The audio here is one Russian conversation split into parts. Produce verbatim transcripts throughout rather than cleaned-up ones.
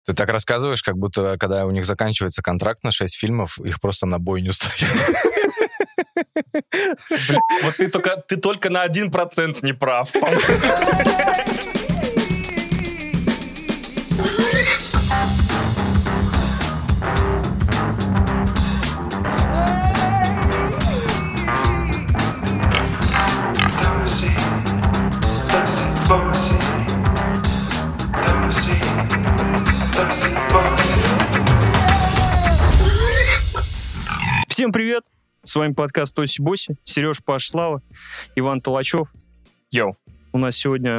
Ты так рассказываешь, как будто, когда у них заканчивается контракт на шесть фильмов, их просто на бойню ставят. Вот ты только, ты только на один процент не прав. Всем привет! С вами подкаст Тоси Боси, Сереж, Паш, Слава, Иван Толачев. Йоу. У нас сегодня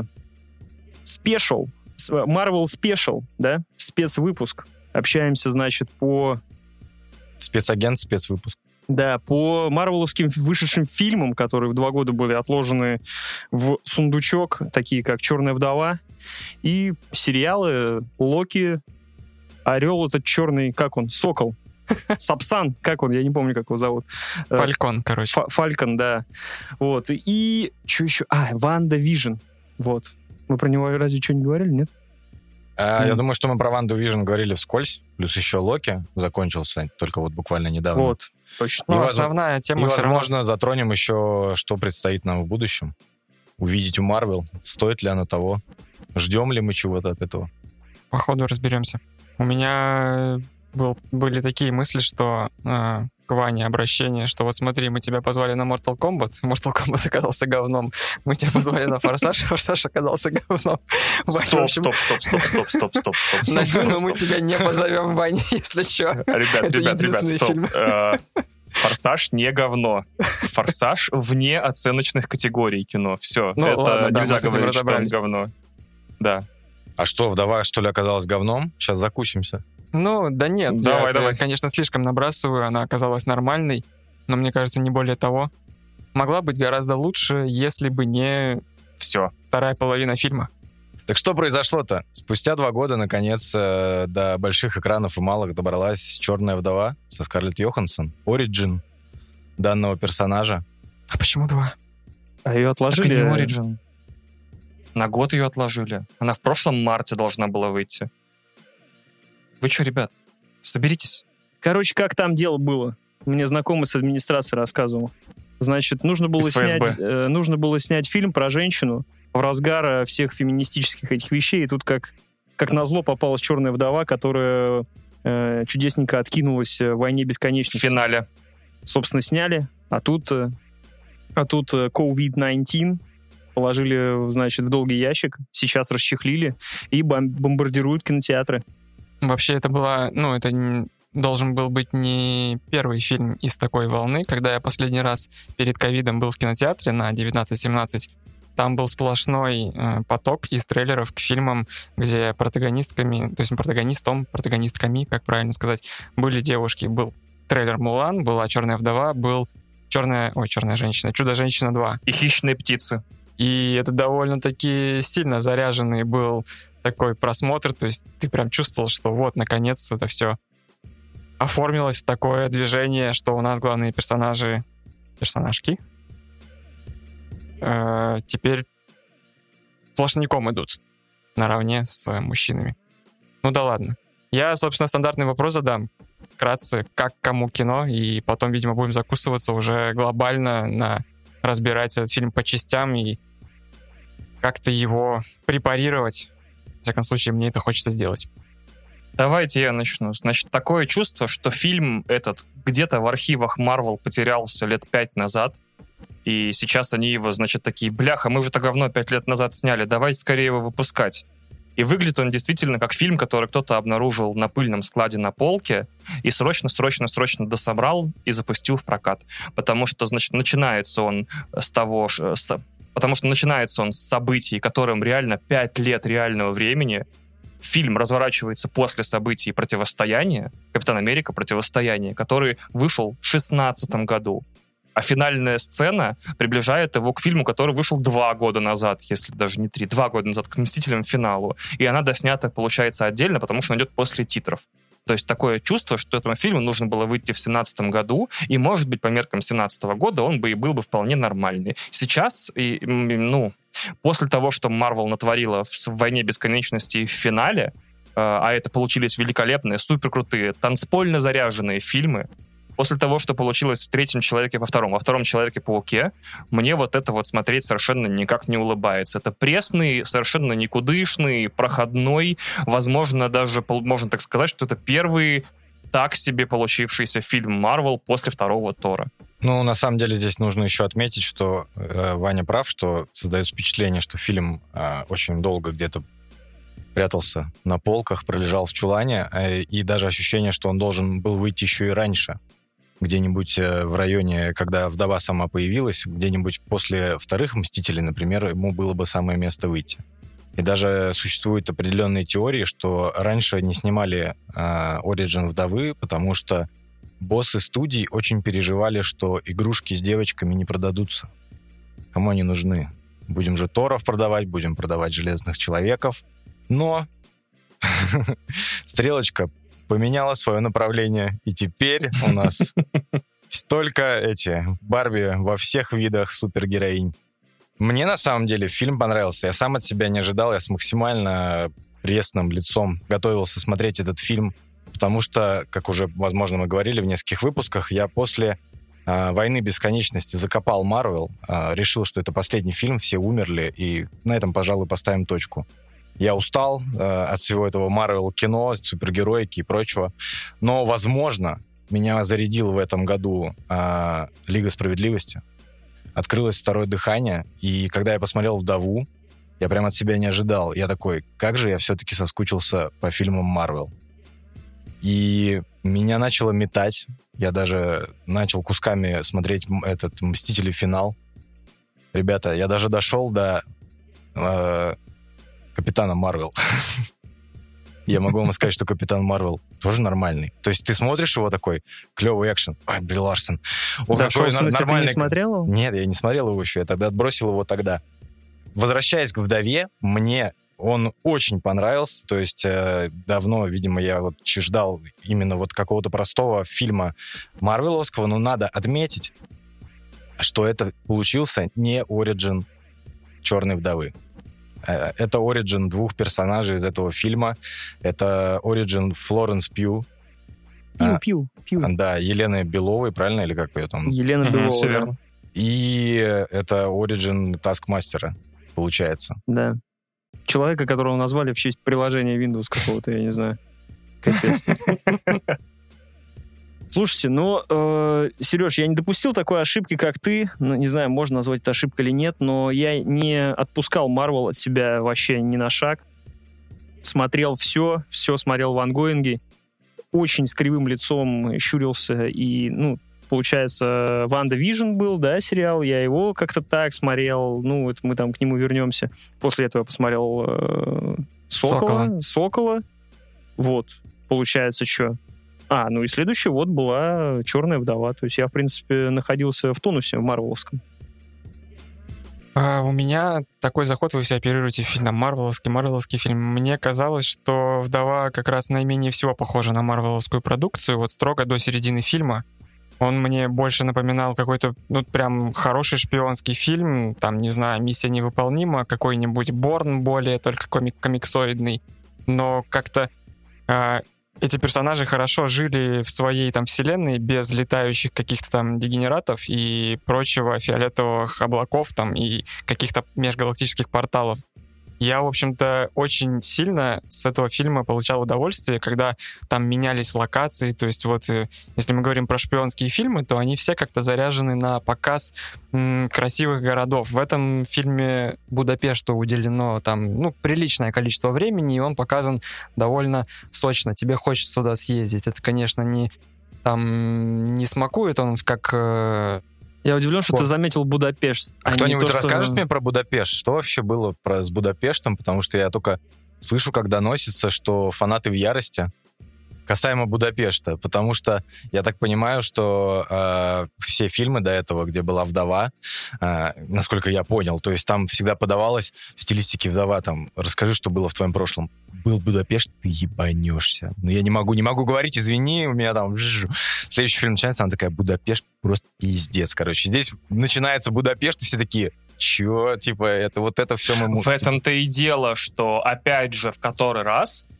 спешл, Marvel Special, да, спецвыпуск. Общаемся, значит, по... Спецагент, спецвыпуск. Да, по марвеловским вышедшим фильмам, которые в два года были отложены в сундучок, такие как «Черная вдова», и сериалы «Локи», «Орел» этот черный, как он, «Сокол». Сапсан, как он, я не помню, как его зовут. Фалькон, короче. Ф- Фалькон, да. Вот. И что еще? А, Ванда Вижн. Вот. Мы про него разве что не говорили, нет? А, Mm. Я думаю, что мы про Ванду Вижн говорили вскользь. Плюс еще Локи закончился только вот буквально недавно. Вот, точно. Ну, И основная И, тема все равно... возможно, затронем еще, что предстоит нам в будущем. Увидеть у Марвел. Стоит ли оно того? Ждем ли мы чего-то от этого? По ходу разберемся. У меня был, были такие мысли, что э, к Ване обращение, что вот смотри, мы тебя позвали на Mortal Kombat, Mortal Kombat оказался говном. Мы тебя позвали на Форсаж, Форсаж оказался говном. Стоп, стоп, стоп, стоп, стоп, стоп, стоп, стоп. На Дюну мы тебя не позовем, Ваня, если что. Ребят, ребят, ребят, стоп. Э, Форсаж не говно. Форсаж вне оценочных категорий кино. Все, Ну, это ладно, да, нельзя мы с этим говорить, что он разобрались. говно. Да. А что, вдова, что ли, оказалась говном? Сейчас закусимся. Ну, да нет, Давай, я, давай. это, конечно, слишком набрасываю, она оказалась нормальной, но мне кажется, не более того. Могла быть гораздо лучше, если бы не Все. вторая половина фильма. Так что произошло-то? Спустя два года, наконец, э, до больших экранов и малых добралась «Черная вдова» со Скарлетт Йоханссон. Ориджин данного персонажа. А почему два? А ее отложили? Так и не Origin. На год ее отложили. Она в прошлом марте должна была выйти. Вы что, ребят, соберитесь. Короче, как там дело было? Мне знакомый с администрацией рассказывал. Значит, нужно было, Из ФСБ. снять, э, нужно было снять фильм про женщину в разгар э, всех феминистических этих вещей. И тут, как, как назло, попалась «Черная вдова», которая э, чудесненько откинулась в «Войне В бесконечности». финале. Собственно, сняли. А тут, э, а тут э, ковид девятнадцать положили, значит, в долгий ящик. Сейчас расчехлили и бом- бомбардируют кинотеатры. Вообще это была, ну, это н- должен был быть не первый фильм из такой волны. Когда я последний раз перед ковидом был в кинотеатре на девятнадцать семнадцать, там был сплошной э, поток из трейлеров к фильмам, где протагонистками, то есть протагонистом, протагонистками, как правильно сказать, были девушки. Был трейлер «Мулан», была «Черная вдова», был «Черная...» Ой, «Черная женщина», «Чудо-женщина два». И «Хищные птицы». И это довольно-таки сильно заряженный был такой просмотр, то есть ты прям чувствовал, что вот, наконец, это все оформилось в такое движение, что у нас главные персонажи, персонажки, э, теперь сплошняком идут наравне с мужчинами. Ну да ладно. Я, собственно, стандартный вопрос задам. Вкратце, как кому кино, и потом, видимо, будем закусываться уже глобально на разбирать этот фильм по частям и как-то его препарировать. В всяком случае, мне это хочется сделать. Давайте я начну. Значит, такое чувство, что фильм этот где-то в архивах Marvel потерялся лет пять назад, и сейчас они его, значит, такие, бляха, мы уже это говно пять лет назад сняли, давайте скорее его выпускать. И выглядит он действительно как фильм, который кто-то обнаружил на пыльном складе на полке и срочно-срочно-срочно дособрал и запустил в прокат. Потому что, значит, начинается он с того, ш- с, потому что начинается он с событий, которым реально пять лет реального времени. Фильм разворачивается после событий «Противостояния», «Капитан Америка. Противостояние», который вышел в шестнадцатом году. А финальная сцена приближает его к фильму, который вышел два года назад, если даже не три, два года назад, к «Мстителям. Финалу». И она доснята, получается, отдельно, потому что она идет после титров. То есть такое чувство, что этому фильму нужно было выйти в семнадцатом году, и, может быть, по меркам семнадцатого года он бы и был бы вполне нормальный. Сейчас, и, ну, после того, что Marvel натворила в «Войне бесконечности» и в финале, а это получились великолепные, суперкрутые, танцпольно заряженные фильмы, после того, что получилось в «Третьем человеке» во втором, во «Втором Человеке-пауке», мне вот это вот смотреть совершенно никак не улыбается. Это пресный, совершенно никудышный, проходной, возможно, даже, можно так сказать, что это первый так себе получившийся фильм Марвел после второго Тора. Ну, на самом деле, здесь нужно еще отметить, что э, Ваня прав, что создается впечатление, что фильм э, очень долго где-то прятался на полках, пролежал в чулане, э, и даже ощущение, что он должен был выйти еще и раньше. Где-нибудь в районе, когда вдова сама появилась, где-нибудь после вторых «Мстителей», например, ему было бы самое место выйти. И даже существуют определенные теории, что раньше не снимали «Оригин вдовы», потому что боссы студий очень переживали, что игрушки с девочками не продадутся. Кому они нужны? Будем же Торов продавать, будем продавать Железных Человеков. Но стрелочка поменяла свое направление, и теперь у нас столько эти Барби во всех видах супергероинь. Мне на самом деле фильм понравился. Я сам от себя не ожидал. Я с максимально пресным лицом готовился смотреть этот фильм, потому что, как уже, возможно, мы говорили в нескольких выпусках, я после э, «Войны бесконечности» закопал Марвел, э, решил, что это последний фильм, все умерли, и на этом, пожалуй, поставим точку. Я устал э, от всего этого Марвел-кино, супергероики и прочего. Но, возможно, меня зарядил в этом году э, «Лига справедливости». Открылось второе дыхание, и когда я посмотрел «Вдову», я прям от себя не ожидал. Я такой, как же я все-таки соскучился по фильмам Марвел. И меня начало метать. Я даже начал кусками смотреть этот «Мстители. Финал». Ребята, я даже дошел до... Э, Капитана Марвел. Я могу вам сказать, что Капитан Марвел тоже нормальный. То есть ты смотришь его такой, клевый экшен. Ой, Бри Ларсон. О, да, какой в смысле, нормальный... ты не смотрел его? Нет, я не смотрел его еще. Я тогда отбросил его тогда. Возвращаясь к «Вдове», мне он очень понравился. То есть э, давно, видимо, я вот ждал именно вот какого-то простого фильма марвеловского, но надо отметить, что это получился не оригин «Черной вдовы». Это оригин двух персонажей из этого фильма. Это оригин Флоренс Пью. Пью, а, Пью, Пью. Да, Елены Беловой, правильно? Или как ее там? Елена Угу, Белова. все да. верно. И это оригин Таскмастера, получается. Да. Человека, которого назвали в честь приложения Windows какого-то, я не знаю. Капец. Слушайте, ну, э, Сереж, я не допустил такой ошибки, как ты. Ну, не знаю, можно назвать это ошибкой или нет, но я не отпускал Marvel от себя вообще ни на шаг. Смотрел все, все смотрел в ангоинге. Очень с кривым лицом щурился. И, ну, получается, Ванда Вижн был, да, сериал. Я его как-то так смотрел. Ну, это мы там к нему вернемся. После этого я посмотрел э, Сокола. Сокола. Сокола. Вот, получается, что... А, ну и следующий вот была «Черная вдова». То есть я, в принципе, находился в тонусе марвеловском. А у меня такой заход, вы все оперируете фильмом марвеловский, марвеловский фильм. Мне казалось, что «Вдова» как раз наименее всего похожа на марвеловскую продукцию, вот строго до середины фильма. Он мне больше напоминал какой-то, ну, прям хороший шпионский фильм, там, не знаю, «Миссия невыполнима», какой-нибудь «Борн» более только комик- комиксоидный. Но как-то... А, эти персонажи хорошо жили в своей там вселенной без летающих каких-то там дегенератов и прочего фиолетовых облаков там и каких-то межгалактических порталов. Я, в общем-то, очень сильно с этого фильма получал удовольствие, когда там менялись локации. То есть вот, если мы говорим про шпионские фильмы, то они все как-то заряжены на показ м, красивых городов. В этом фильме Будапешту уделено там, ну, приличное количество времени, и он показан довольно сочно. Тебе хочется туда съездить. Это, конечно, не, там, не смакует он как... Э, Я удивлен, что Вот. ты заметил Будапешт. А не кто-нибудь то, что- расскажет мне про Будапешт? Что вообще было про, с Будапештом? Потому что я только слышу, как доносится, что фанаты в ярости касаемо Будапешта. Потому что я так понимаю, что э, все фильмы до этого, где была вдова, э, насколько я понял, то есть там всегда подавалось в стилистике «Вдова», там, расскажи, что было в твоем прошлом. Был Будапешт, ты ебанешься. Ну, я не могу, не могу говорить, извини, у меня там... Следующий фильм начинается, она такая, Будапешт, просто пиздец, короче. Здесь начинается Будапешт, и все такие, чё, типа, это вот это все мы... В этом-то и дело, что, опять же, в который раз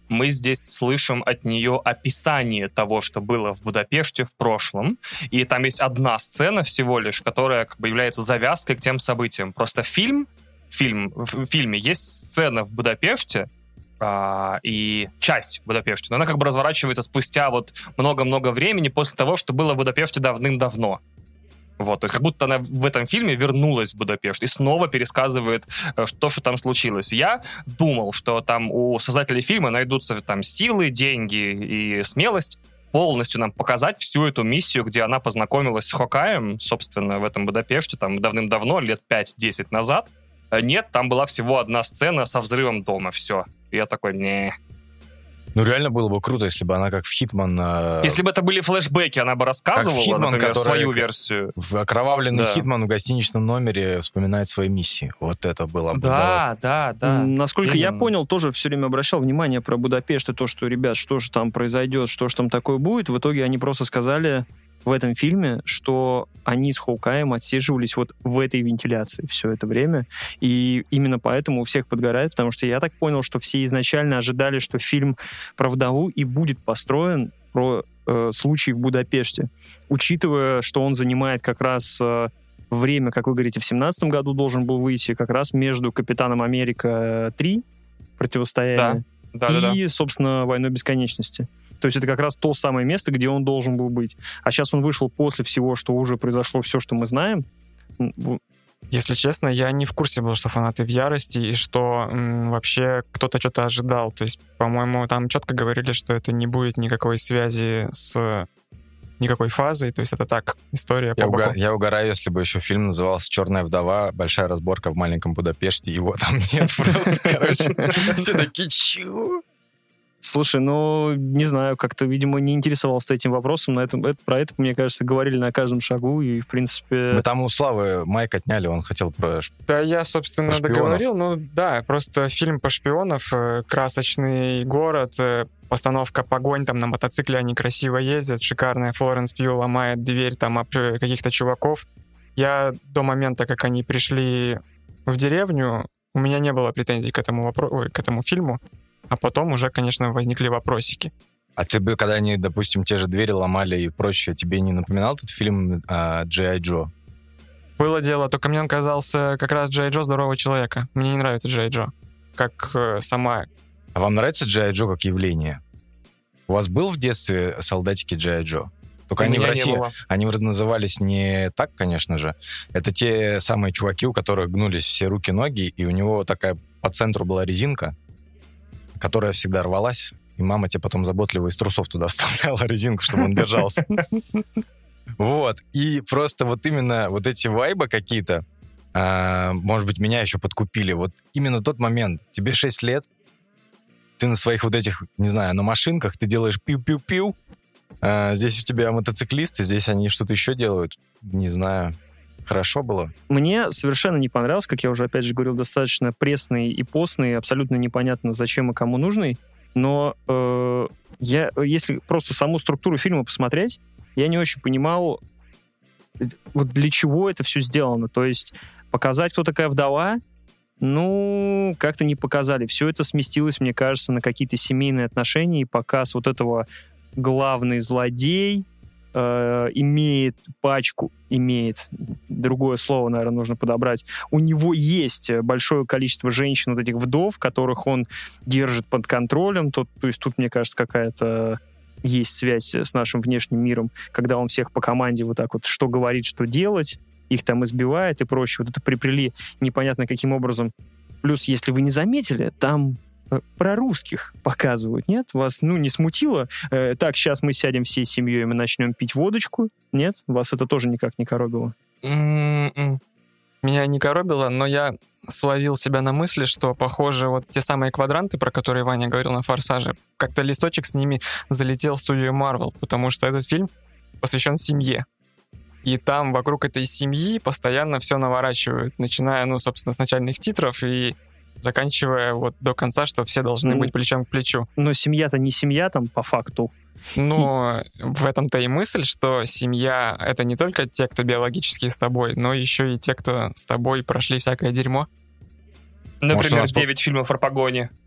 мы здесь слышим от нее описание того, что было в Будапеште в прошлом. И там есть одна сцена всего лишь, которая как бы является завязкой к тем событиям. Просто фильм, фильм в фильме есть сцена в Будапеште, а, и часть в Будапеште, но она как бы разворачивается спустя вот много-много времени после того, что было в Будапеште давным-давно. Вот, то есть как будто она в этом фильме вернулась в Будапешт и снова пересказывает то, что там случилось. Я думал, что там у создателей фильма найдутся там силы, деньги и смелость полностью нам показать всю эту миссию, где она познакомилась с Хокаем, собственно, в этом Будапеште, там давным-давно, лет пять-десять назад. Нет, там была всего одна сцена со взрывом дома, все. И я такой, не. Ну, реально было бы круто, если бы она как в «Хитман». Э... Если бы это были флешбеки, она бы рассказывала, Хитман, например, свою как... версию. В окровавленный да. Хитман в гостиничном номере вспоминает свои миссии. Вот это было бы. Да, да, да. Насколько Именно. я понял, тоже все время обращал внимание про Будапешт и то, что, ребят, что же там произойдет, что же там такое будет. В итоге они просто сказали в этом фильме, что они с Хоукаем отсиживались вот в этой вентиляции все это время. И именно поэтому у всех подгорает, потому что я так понял, что все изначально ожидали, что фильм про вдову и будет построен про э, случай в Будапеште. Учитывая, что он занимает как раз э, время, как вы говорите, в семнадцатом году должен был выйти, как раз между «Капитаном Америка три», противостояние, да. Да, и, да, да. собственно, «Войной бесконечности». То есть это как раз то самое место, где он должен был быть. А сейчас он вышел после всего, что уже произошло, все, что мы знаем. Если честно, я не в курсе был, что фанаты в ярости, и что м, вообще кто-то что-то ожидал. То есть, по-моему, там четко говорили, что это не будет никакой связи с никакой фазой. То есть это так, история. Я, угор... я угораю, если бы еще фильм назывался «Черная вдова. Большая разборка в маленьком Будапеште». Его там нет просто, короче. Все такие, чего? Слушай, ну, не знаю, как-то, видимо, не интересовался этим вопросом. На этом, это, про это, мне кажется, говорили на каждом шагу, и, в принципе... Мы там у Славы майк отняли, он хотел про... Да, я, собственно, про договорил. Ну, да, просто фильм про шпионов, красочный город, постановка погонь, там на мотоцикле они красиво ездят, шикарная Флоренс Пью ломает дверь там об каких-то чуваков. Я до момента, как они пришли в деревню, у меня не было претензий к этому, вопро... Ой, к этому фильму. А потом уже, конечно, возникли вопросики. А ты бы, когда они, допустим, те же двери ломали и прочее, тебе не напоминал этот фильм «Джей Ай Джо»? Было дело, только мне он казался как раз Джей Ай Джо здорового человека. Мне не нравится Джей Ай Джо, как э, сама. А вам нравится Джей Ай Джо как явление? У вас был в детстве солдатики Джей Ай Джо? Только они в России, они назывались не так, конечно же. Это те самые чуваки, у которых гнулись все руки-ноги, и у него такая по центру была резинка, которая всегда рвалась, и мама тебе потом заботливо из трусов туда вставляла резинку, чтобы он держался. Вот. И просто вот именно вот эти вайбы какие-то, может быть, меня еще подкупили. Вот именно тот момент. Тебе шесть лет, ты на своих вот этих, не знаю, на машинках, ты делаешь пиу-пиу-пиу, здесь у тебя мотоциклисты, здесь они что-то еще делают. Не знаю. Хорошо было? Мне совершенно не понравился, как я уже опять же говорил, достаточно пресный и постный, абсолютно непонятно, зачем и кому нужный. Но э, я, если просто саму структуру фильма посмотреть, я не очень понимал, вот для чего это все сделано. То есть показать, кто такая вдова, ну, как-то не показали. Все это сместилось, мне кажется, на какие-то семейные отношения, и показ вот этого главный злодей, имеет пачку, имеет, другое слово, наверное, нужно подобрать, у него есть большое количество женщин, вот этих вдов, которых он держит под контролем, то, то есть тут, мне кажется, какая-то есть связь с нашим внешним миром, когда он всех по команде вот так вот что говорит, что делать, их там избивает и прочее. Вот это приплели непонятно каким образом. Плюс, если вы не заметили, там про русских показывают, нет? Вас, ну, не смутило? Э, так, сейчас мы сядем всей семьей, и мы начнем пить водочку? Нет? Вас это тоже никак не коробило? Mm-mm. Меня не коробило, но я словил себя на мысли, что, похоже, вот те самые квадранты, про которые Ваня говорил на «Форсаже», как-то листочек с ними залетел в студию Marvel, потому что этот фильм посвящен семье. И там вокруг этой семьи постоянно все наворачивают, начиная, ну, собственно, с начальных титров и заканчивая вот до конца, что все должны mm. быть плечом к плечу. Но семья-то не семья там по факту. Но и... в этом-то и мысль, что семья — это не только те, кто биологически с тобой, но еще и те, кто с тобой прошли всякое дерьмо. Например, девять фильмов про погони.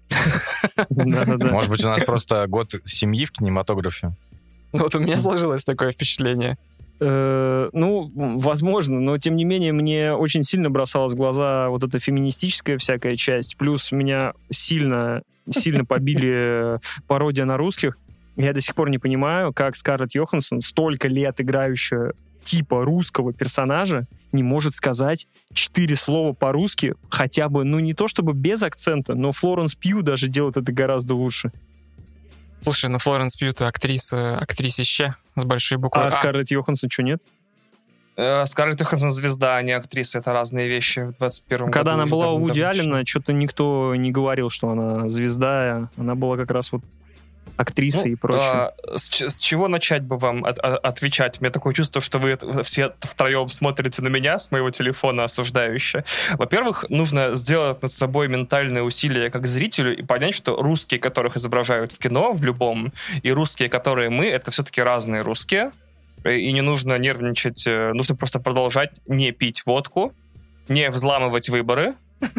Да-да-да. Может быть, у нас просто год семьи в кинематографе? Ну, вот у меня сложилось такое впечатление. Э, Ну, возможно, но тем не менее мне очень сильно бросалась в глаза вот эта феминистическая всякая часть. Плюс меня сильно, сильно побили пародия на русских. Я до сих пор не понимаю, как Скарлетт Йоханссон, столько лет играющая типа русского персонажа, не может сказать четыре слова по-русски, хотя бы, ну не то чтобы без акцента, но Флоренс Пью даже делает это гораздо лучше. Слушай, ну Флоренс Пью — это актриса, актрисище с большой буквы. А, А. Скарлетт Йоханссон что, нет? Э, Скарлетт Йоханссон звезда, а не актриса. Это разные вещи в двадцать первом Когда году. она уже была у давно- Вуди давно Аллена, что-то никто не говорил, что она звезда. Она была как раз вот актрисой Ну, и прочее. а, с, ч- с чего начать бы вам от- от- отвечать? У меня такое чувство, что вы это- все втроем смотрите на меня с моего телефона осуждающе. Во-первых, нужно сделать над собой ментальное усилие как зрителю и понять, что русские, которых изображают в кино, в любом, и русские, которые мы, это все-таки разные русские. И не нужно нервничать, э, нужно просто продолжать не пить водку, не взламывать выборы,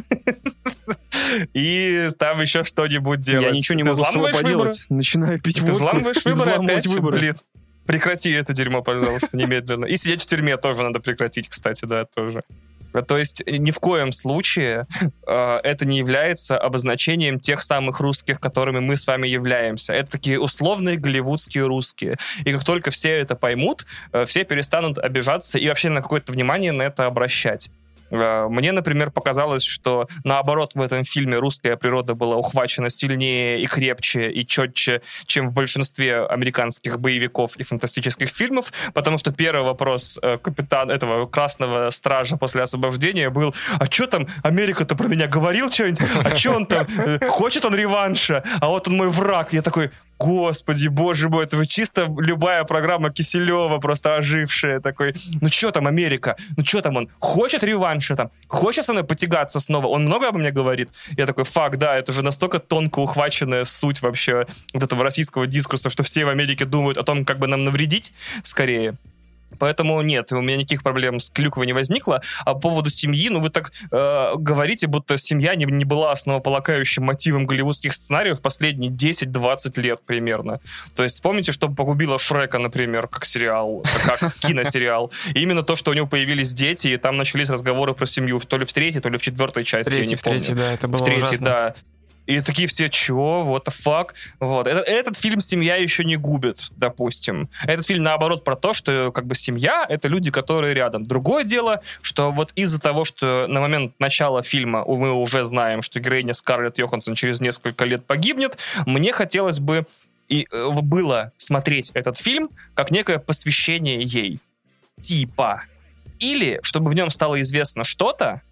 и там еще что-нибудь делать. Я ничего не Ты могу с собой взламываешь выборы? поделать. Начинаю пить Ты водку. взламываешь и выборы взламывать опять? выборы. Блин, прекрати это дерьмо, пожалуйста, немедленно. И сидеть в тюрьме тоже надо прекратить, кстати, да, тоже. То есть ни в коем случае э, это не является обозначением тех самых русских, которыми мы с вами являемся. Это такие условные голливудские русские. И как только все это поймут, э, все перестанут обижаться и вообще на какое-то внимание на это обращать. Мне, например, показалось, что наоборот в этом фильме русская природа была ухвачена сильнее и крепче и четче, чем в большинстве американских боевиков и фантастических фильмов, потому что первый вопрос э, капитана этого Красного Стража после освобождения был: а что там, Америка-то про меня говорил что-нибудь? А что он там? Э, хочет он реванша? А вот он мой враг. Я такой: Господи, боже мой, это чисто любая программа Киселева, просто ожившая, такой: ну что там Америка? Ну что там он? Хочет реванша там? Хочет со мной потягаться снова? Он много обо мне говорит? Я такой: фак, да, это же настолько тонко ухваченная суть вообще вот этого российского дискурса, что все в Америке думают о том, как бы нам навредить скорее. Поэтому нет, у меня никаких проблем с клюквой не возникло. А по поводу семьи, ну вы так э, говорите, будто семья не, не была основополагающим мотивом голливудских сценариев в последние десять-двадцать лет примерно. То есть вспомните, что погубило Шрека, например, как сериал, как киносериал. И именно то, что у него появились дети, и там начались разговоры про семью, то ли в третьей, то ли в четвертой части, я Третий, не в помню. третий, да, это было В третьей, ужасно. да. И такие все: чё? What the fuck? Вот. Этот, этот фильм семья еще не губит, допустим. Этот фильм, наоборот, про то, что как бы семья — это люди, которые рядом. Другое дело, что вот из-за того, что на момент начала фильма мы уже знаем, что героиня Скарлетт Йоханссон через несколько лет погибнет, мне хотелось бы и э, было смотреть этот фильм как некое посвящение ей. Типа. Или, чтобы в нем стало известно что-то,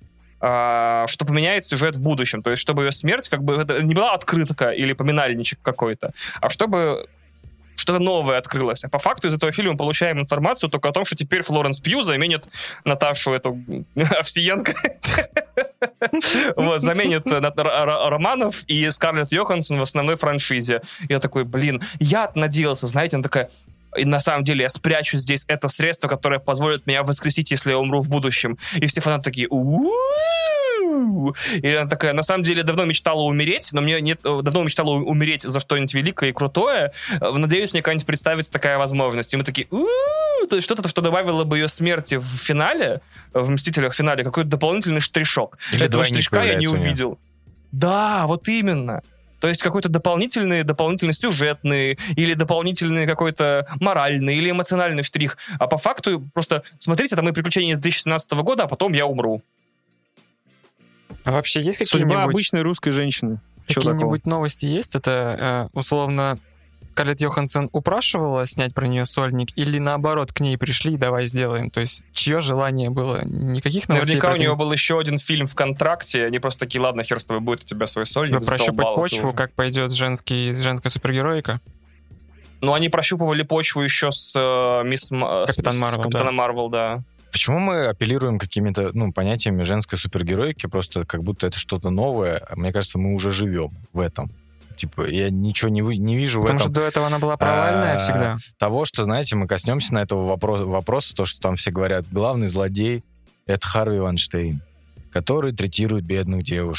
что поменяет сюжет в будущем. То есть, чтобы ее смерть как бы это не была открытка или поминальничек какой-то, а чтобы что-то новое открылось. А по факту из этого фильма мы получаем информацию только о том, что теперь Флоренс Пью заменит Наташу эту Овсиенко. Вот, заменит Романов и Скарлетт Йоханссон в основной франшизе. Я такой: блин, я надеялся, знаете, она такая: и на самом деле я спрячу здесь это средство, которое позволит меня воскресить, если я умру в будущем. И все фанаты такие: у-у-у. И она такая: на самом деле давно мечтала умереть, но мне нет, давно мечтала умереть за что-нибудь великое и крутое. Надеюсь, мне когда-нибудь представится такая возможность. И мы такие: у-у-у. То есть что-то, что добавило бы ее смерти в финале, в «Мстителях» в финале, какой-то дополнительный штришок. Или Этого двойник штришка я не появляется у неё. увидел. Да, вот именно. То есть какой-то дополнительный, дополнительный сюжетный или дополнительный какой-то моральный или эмоциональный штрих. А по факту просто смотрите, это мои приключения с две тысячи семнадцатого года, а потом я умру. А вообще есть Судьба какие-нибудь, обычной русской женщины. Чё какие-нибудь новости есть? Это э, условно Скарлетт Йоханссон упрашивала снять про нее сольник, или наоборот к ней пришли и давай сделаем? То есть чье желание было? Никаких новостей Наверняка про у это него нет? был еще один фильм в контракте, они просто такие: ладно, хер с тобой, будет у тебя свой сольник. Ну, прощупать задолбал ты почву, уже. как пойдет женский, женская супергероика. Ну, они прощупывали почву еще с э, мисс М- с- Капитан с Марвел, Капитаном да. Марвел, да. Почему мы апеллируем какими-то, ну, понятиями женской супергероики, просто как будто это что-то новое? Мне кажется, мы уже живем в этом. Типа, я ничего не, вы, не вижу Потому в что этом до этого она была провальная а, всегда. того, что, знаете, мы коснемся на этого вопроса, вопроса, то, что там все говорят, главный злодей — это Харви Вайнштейн, который третирует бедных девушек.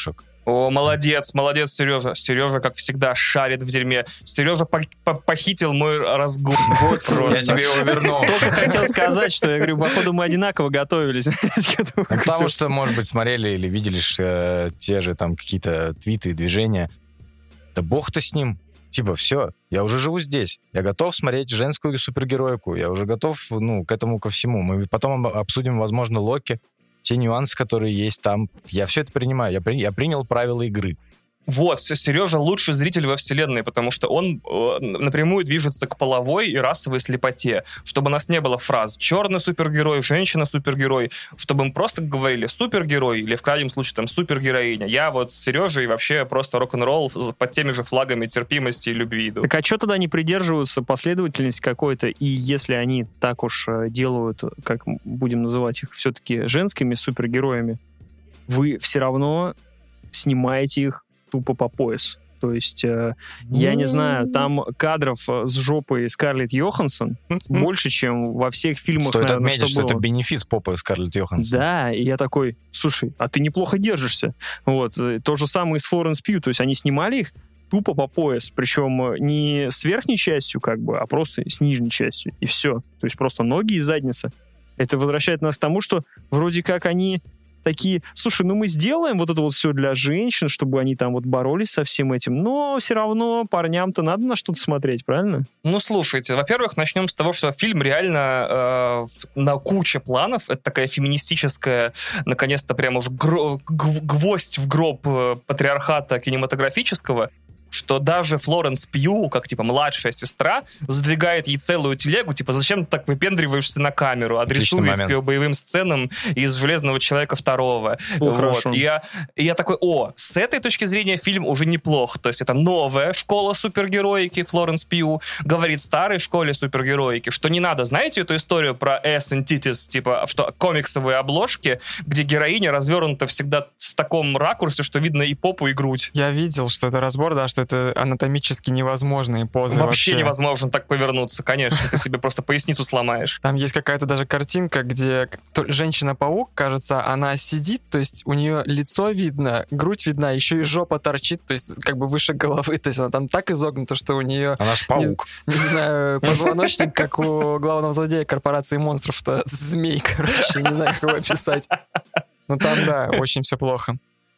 О, молодец, молодец, Сережа. Сережа, как всегда, шарит в дерьме. Сережа по- по- похитил мой разгон. Вот Я тебе его верну. Только хотел сказать, что, я говорю, походу мы одинаково готовились. Ну, потому что, может быть, смотрели или видели э, те же там какие-то твиты, движения. Да бог-то с ним. Типа, все, я уже живу здесь. Я готов смотреть женскую супергероику. Я уже готов, ну, к этому, ко всему. Мы потом обсудим, возможно, Локи, те нюансы, которые есть там. Я все это принимаю. Я, при, я принял правила игры. Вот, Сережа лучший зритель во вселенной, потому что он э, напрямую движется к половой и расовой слепоте. Чтобы у нас не было фраз «черный супергерой», «женщина-супергерой», чтобы мы просто говорили «супергерой» или в крайнем случае там «супергероиня». Я вот с Сережей вообще просто рок-н-ролл под теми же флагами терпимости и любви иду. Так а что тогда не придерживаются последовательности какой-то, и если они так уж делают, как будем называть их, все-таки женскими супергероями, вы все равно снимаете их тупо по пояс. То есть, э, я не знаю, там кадров с жопой Скарлетт Йоханссон больше, чем во всех фильмах, Стоит наверное, отметить, что, было. это бенефис попы Скарлетт Йоханссон. Да, и я такой, слушай, а ты неплохо держишься. Вот. То же самое и с Флоренс Пью. То есть, они снимали их тупо по пояс. Причем не с верхней частью, как бы, а просто с нижней частью. И все. То есть, просто ноги и задница. Это возвращает нас к тому, что вроде как они такие, слушай, ну мы сделаем вот это вот все для женщин, чтобы они там вот боролись со всем этим, но все равно парням-то надо на что-то смотреть, правильно? Ну, слушайте, во-первых, начнем с того, что фильм реально э, на куче планов. Это такая феминистическая, наконец-то прям уж гро- гвоздь в гроб патриархата кинематографического, что даже Флоренс Пью, как, типа, младшая сестра, задвигает ей целую телегу, типа, зачем ты так выпендриваешься на камеру, адресуясь к ее боевым сценам из «Железного человека второго». Ну, вот. хорошо. И я, и я такой, о, с этой точки зрения фильм уже неплох. То есть это новая школа супергероики Флоренс Пью говорит старой школе супергероики, что не надо, знаете эту историю про Ass and Titties, типа, что комиксовые обложки, где героиня развернута всегда в таком ракурсе, что видно и попу, и грудь. Я видел, что это разбор, да, что это анатомически невозможные позы Вообще, вообще. невозможно так повернуться, конечно. Ты себе просто поясницу сломаешь. Там есть какая-то даже картинка, где то- женщина-паук, кажется, она сидит, то есть у нее лицо видно, грудь видна, еще и жопа торчит, то есть как бы выше головы, то есть она там так изогнута, что у нее, Она ж паук. не знаю, позвоночник, как у главного злодея корпорации монстров, что змей, короче, не знаю, как его описать. Ну там, да, очень все плохо.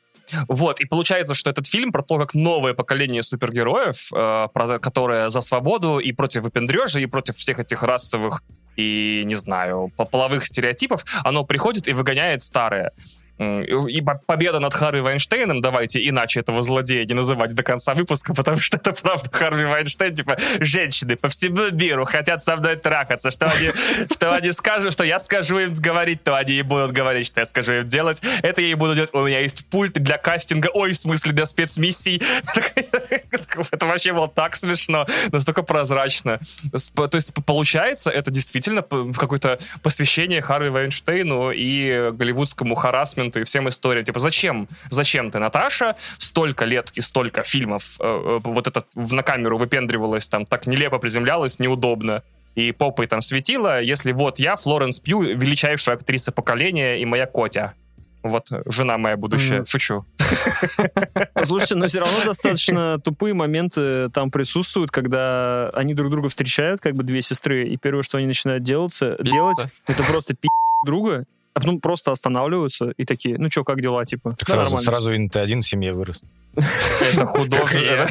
Вот, и получается, что этот фильм про то, как новое поколение супергероев, э, про, которое за свободу и против выпендрежа, и против всех этих расовых и, не знаю, половых стереотипов, оно приходит и выгоняет старое. И победа над Харви Вайнштейном, давайте иначе этого злодея не называть до конца выпуска, потому что это правда Харви Вайнштейн, типа, женщины по всему миру хотят со мной трахаться, что они, что они скажут, что я скажу им говорить, то они и будут говорить, что я скажу им делать. Это я и буду делать. У меня есть пульт для кастинга, ой, в смысле, для спецмиссий. Это вообще было так смешно, настолько прозрачно. То есть, получается, это действительно какое-то посвящение Харви Вайнштейну и голливудскому харассменту и всем историям. Типа, зачем? Зачем ты, Наташа, столько лет и столько фильмов э, вот это на камеру выпендривалась, там так нелепо приземлялась, неудобно, и попой там светила, если вот я, Флоренс Пью, величайшая актриса поколения и моя Котя. Вот, жена моя будущая. Mm. Шучу. Слушайте, но все равно достаточно тупые моменты там присутствуют, когда они друг друга встречают, как бы две сестры, и первое, что они начинают делаться, делать, это просто пи*** друга, а потом просто останавливаются и такие, ну чё, как дела, типа? Так Да, сразу, нормально. сразу и ты один в семье вырос. Это художественный...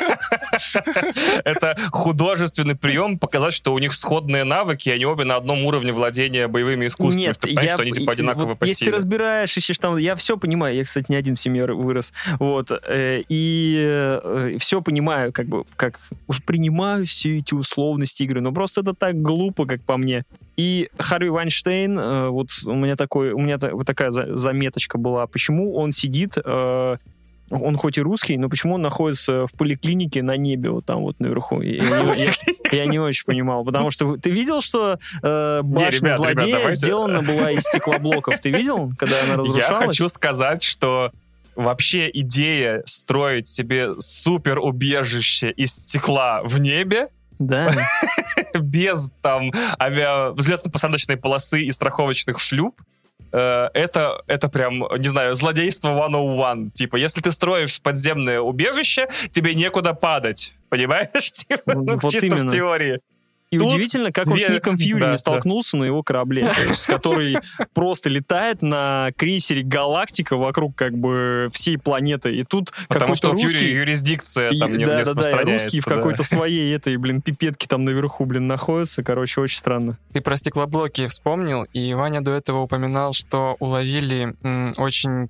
Это художественный прием показать, что у них сходные навыки, и они обе на одном уровне владения боевыми искусствами. Нет, чтобы понять, я, что они типа одинаково вот по если ты силе. разбираешь, ищешь там, я все понимаю, я, кстати, не один в семье вырос, вот, э, и э, все понимаю, как бы, как принимаю все эти условности игры, но просто это так глупо, как по мне. И Харви Вайнштейн, э, вот у меня такой, у меня та, вот такая за, заметочка была, почему он сидит, э, он хоть и русский, но почему он находится в поликлинике на небе, вот там вот наверху? Я, я, я, я не очень понимал, потому что ты видел, что э, башня не, ребят, злодея ребят, давайте... сделана была из стеклоблоков? Ты видел, когда она разрушалась? Я хочу сказать, что вообще идея строить себе супер-убежище из стекла в небе, да. без там авиа... взлетно-посадочной полосы и страховочных шлюп, э, это, это прям, не знаю, злодейство сто один. Типа, если ты строишь подземное убежище, тебе некуда падать. Понимаешь? Типа, ну, Вот чисто именно. в теории. И Тут удивительно, как он две- с Ником Фьюри Да, не столкнулся на его корабле, то есть, который просто летает на крейсере «Галактика» вокруг как бы всей планеты. И тут Потому какой-то что у Фьюри русский... юрисдикция и- там не, да, не да, да, и распространяется. русские в да. какой-то своей этой, блин, пипетке там наверху, блин, находятся. Короче, очень странно. Ты про стеклоблоки вспомнил, и Ваня до этого упоминал, что уловили м, очень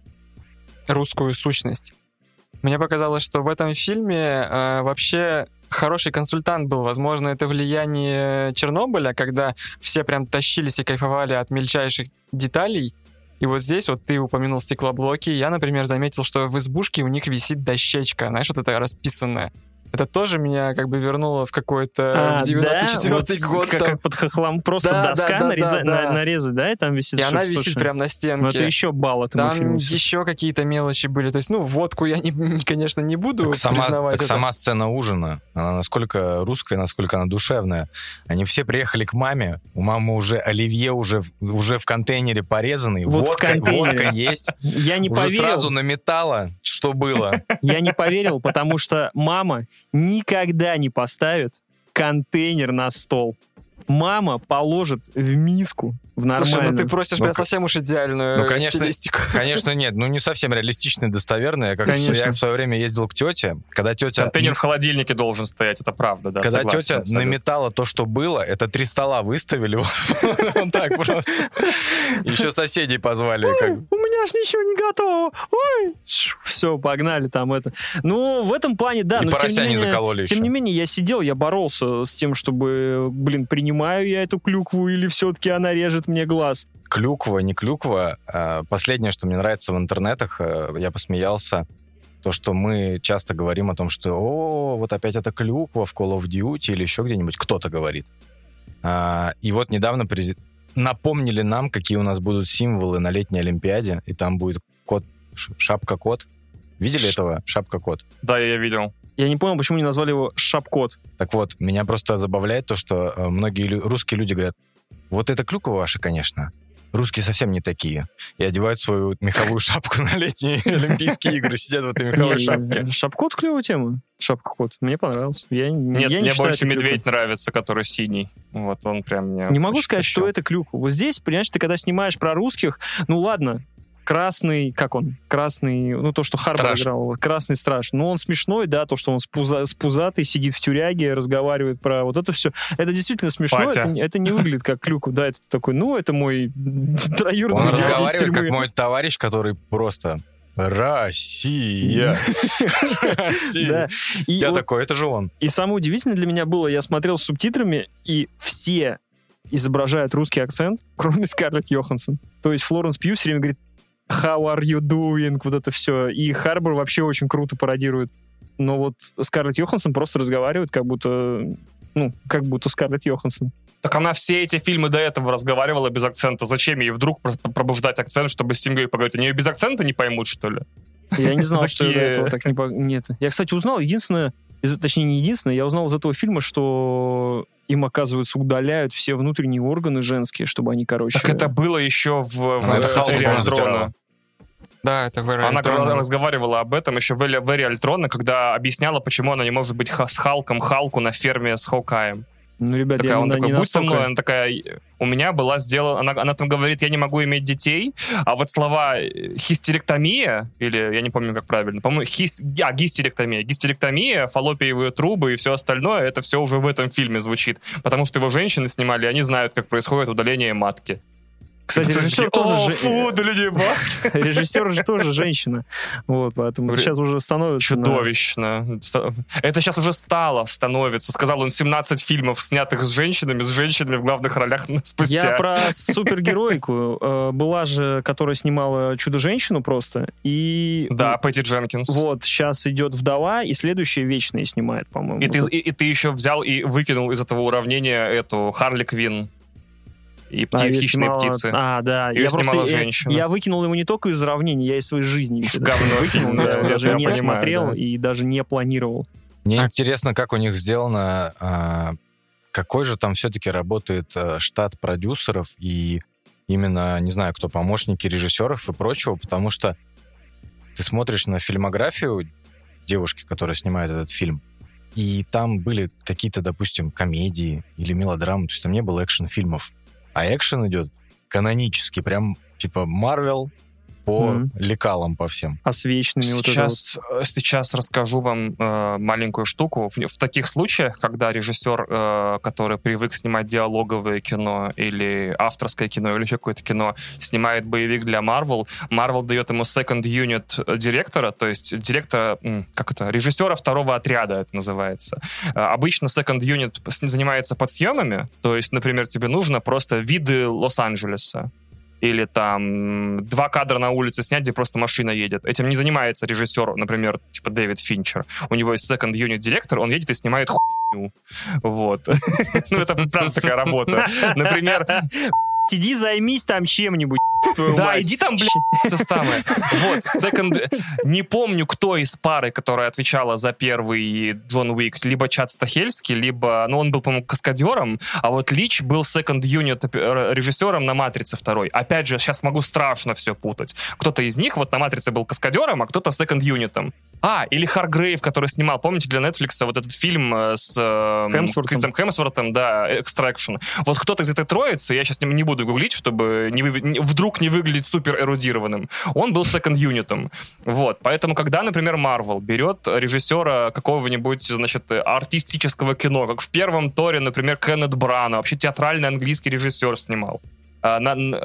русскую сущность. Мне показалось, что в этом фильме э, вообще хороший консультант был. Возможно, это влияние Чернобыля, когда все прям тащились и кайфовали от мельчайших деталей. И вот здесь вот ты упомянул стеклоблоки. Я, например, заметил, что в избушке у них висит дощечка, знаешь, вот эта расписанная. Это тоже меня как бы вернуло в какой-то в девяносто четвёртый Вот год. Как, там. как под хохлам. Просто Да, доска да, да, нареза- да, да. на- нарезать, да, и там висит. И она Слушай, висит слушай, прям на стенке. ну, это еще балл этому Там фильму. еще какие-то мелочи были. То есть, ну, водку я, не, не- конечно, не буду Так сама, признавать. так это. сама сцена ужина, она насколько русская, насколько она душевная. Они все приехали к маме, у мамы уже оливье уже, в- уже в контейнере порезанный, Вот в водка, контейнере. водка есть, Я не уже поверил. сразу наметала, что было. Я не поверил, потому что мама никогда не поставит контейнер на стол. Мама положит в миску, в Слушай, нормальную. ну ты просишь Ну, прям к- совсем уж идеальную Ну, конечно, стилистику. Конечно, нет, ну не совсем реалистично и достоверно. Я, как Конечно. я в свое время ездил к тете, когда тетя... Контейнер в холодильнике должен стоять, это правда, да. Когда согласен тетя абсолютно. наметала то, что было, это три стола выставили. Вот так просто. Еще соседей позвали. как бы. У меня ж ничего не готово. Ой, все, погнали там это. Ну, в этом плане, да. И но тем порося не не менее- закололи Тем еще. не менее, я сидел, я боролся с тем, чтобы, блин, принимаю я эту клюкву или все-таки она режет мне глаз. Клюква, не клюква. а, Последнее, что мне нравится в интернетах, а, я посмеялся, то, что мы часто говорим о том, что «О, вот опять эта клюква в Call of Duty» или еще где-нибудь, кто-то говорит. А, И вот недавно прези- напомнили нам, какие у нас будут символы на летней Олимпиаде, и там будет кот, ш- шапка-кот. Видели Ш- этого? Шапка-кот. Да, я видел. Я не понял, почему не назвали его Шапкот. Так вот, меня просто забавляет то, что э, многие лю- русские люди говорят, вот эта клюква ваша, конечно, русские совсем не такие. И одевают свою меховую шапку на летние Олимпийские игры, сидят в этой меховой Не, шапке. Шапкот клевая тема. Шапка-кот. Мне понравился. Я, Нет, я не мне считаю больше это клюквой. медведь нравится, который синий. Вот он прям мне... Не могу очень сказать, что тащил. это клюква. Вот здесь, понимаешь, ты когда снимаешь про русских, ну ладно, красный, как он? Красный, ну то, что Харбор Страж. играл, вот, красный страж. Ну он смешной, да, то, что он спуза, спузатый, сидит в тюряге, разговаривает про вот это все. Это действительно смешно, Патя. это, не- это не выглядит как клюква, да, это такой, ну это мой троюродный Он дядя из разговаривает, как тюрьмы. мой товарищ, который просто «Россия! Да. Россия!» И Я вот- такой, это же он. И самое удивительное для меня было, я смотрел с субтитрами, и все изображают русский акцент, кроме Скарлетт Йоханссон. То есть Флоренс Пью все время говорит «How are you doing?» Вот это все. И Харбор вообще очень круто пародирует. Но вот Скарлетт Йоханссон просто разговаривает, как будто... Ну, как будто Скарлетт Йоханссон. Так она все эти фильмы до этого разговаривала без акцента. Зачем ей вдруг просто пробуждать акцент, чтобы с семьей поговорить? Они ее без акцента не поймут, что ли? Я не знал, что до Такие- этого так не... по- Нет. Я, кстати, узнал, единственное... из- Точнее, не единственное, я узнал из этого фильма, что им, оказывается, удаляют все внутренние органы женские, чтобы они, короче... Так это было еще в, в Ну, это в Халка, «Эре по-моему, Альтрона». затирала. Да, это в Эре Она Альтрона. говорила- разговаривала об этом еще в «Эре в «Эре Альтрона», когда объясняла, почему она не может быть ха- с Халком Халку на ферме с Хоукаем. Ну, ребят, Такая, я он не, такой, не будь со настолько- мной. Она такая, у меня была сделана... Она, она там говорит, я не могу иметь детей, а вот слова э, хистерэктомия, или я не помню, как правильно, по-моему, хис... а, гистерэктомия. Гистерэктомия, фаллопиевые трубы и все остальное, это все уже в этом фильме звучит. Потому что его женщины снимали, и они знают, как происходит удаление матки. Кстати, И режиссер такие, тоже... «О, же- фу, удаление матки. Режиссер же тоже женщина. Вот, поэтому Ре- сейчас уже становится... на- Чудовищно. Ста- Это сейчас уже стало, становится. Сказал он, семнадцать фильмов, снятых с женщинами, с женщинами в главных ролях спустя. Я про супергероику. Э, Была же, которая снимала «Чудо-женщину» просто. И Да, Пэтти Дженкинс. вот сейчас идет «Вдова», и следующая «Вечная» снимает, по-моему. И ты, Вот. и, и ты еще взял и выкинул из этого уравнения эту Харли Квинн и А, пти- её хищные снимала- птицы. А, да. Её я просто- снимала я- женщина. Я выкинул его не только из уравнений, я из своей жизни еще Говно даже фильм, выкинул, да, да, это даже я не понимаю, смотрел да. и даже не планировал. Мне А- интересно, как у них сделано, а, какой же там все-таки работает а, штат продюсеров и именно, не знаю, кто помощники режиссеров и прочего, потому что ты смотришь на фильмографию девушки, которая снимает этот фильм, и там были какие-то, допустим, комедии или мелодрамы, то есть там не было экшн-фильмов. А экшен идет канонически, прям типа Марвел по mm-hmm. лекалам, по всем. Освещенными. Сейчас, вот вот. сейчас расскажу вам э, маленькую штуку. В, в таких случаях, когда режиссер, э, который привык снимать диалоговое кино или авторское кино, или еще какое-то кино, снимает боевик для Marvel, Marvel дает ему second unit директора, то есть директора, как это, режиссера второго отряда это называется. Обычно second unit занимается подсъемами, то есть, например, тебе нужно просто виды Лос-Анджелеса, или там два кадра на улице снять, где просто машина едет. Этим не занимается режиссер, например, типа Дэвид Финчер. У него есть second unit директор, он едет и снимает хуйню. Вот. Ну, это правда такая работа. Например... Иди займись там чем-нибудь. Да, иди там, блядь, это самое. Вот, second... Не помню, кто из пары, которая отвечала за первый Джон Уик, либо Чад Стахельский, либо... Ну, он был, по-моему, каскадером, а вот Лич был second unit режиссером на «Матрице» второй. Опять же, сейчас могу страшно все путать. Кто-то из них вот на «Матрице» был каскадером, а кто-то second unit'ом. А, или Харгрейв, который снимал, помните, для Netflix вот этот фильм с э, Крисом Хемсвортом, да, Extraction. Вот кто-то из этой троицы, я сейчас не буду гуглить, чтобы не вы, не, вдруг не выглядеть супер эрудированным. Он был second unit'ом. Вот, поэтому, когда, например, Marvel берет режиссера какого-нибудь, значит, артистического кино, как в первом Торе, например, Кеннет Брана, вообще театральный английский режиссер снимал. А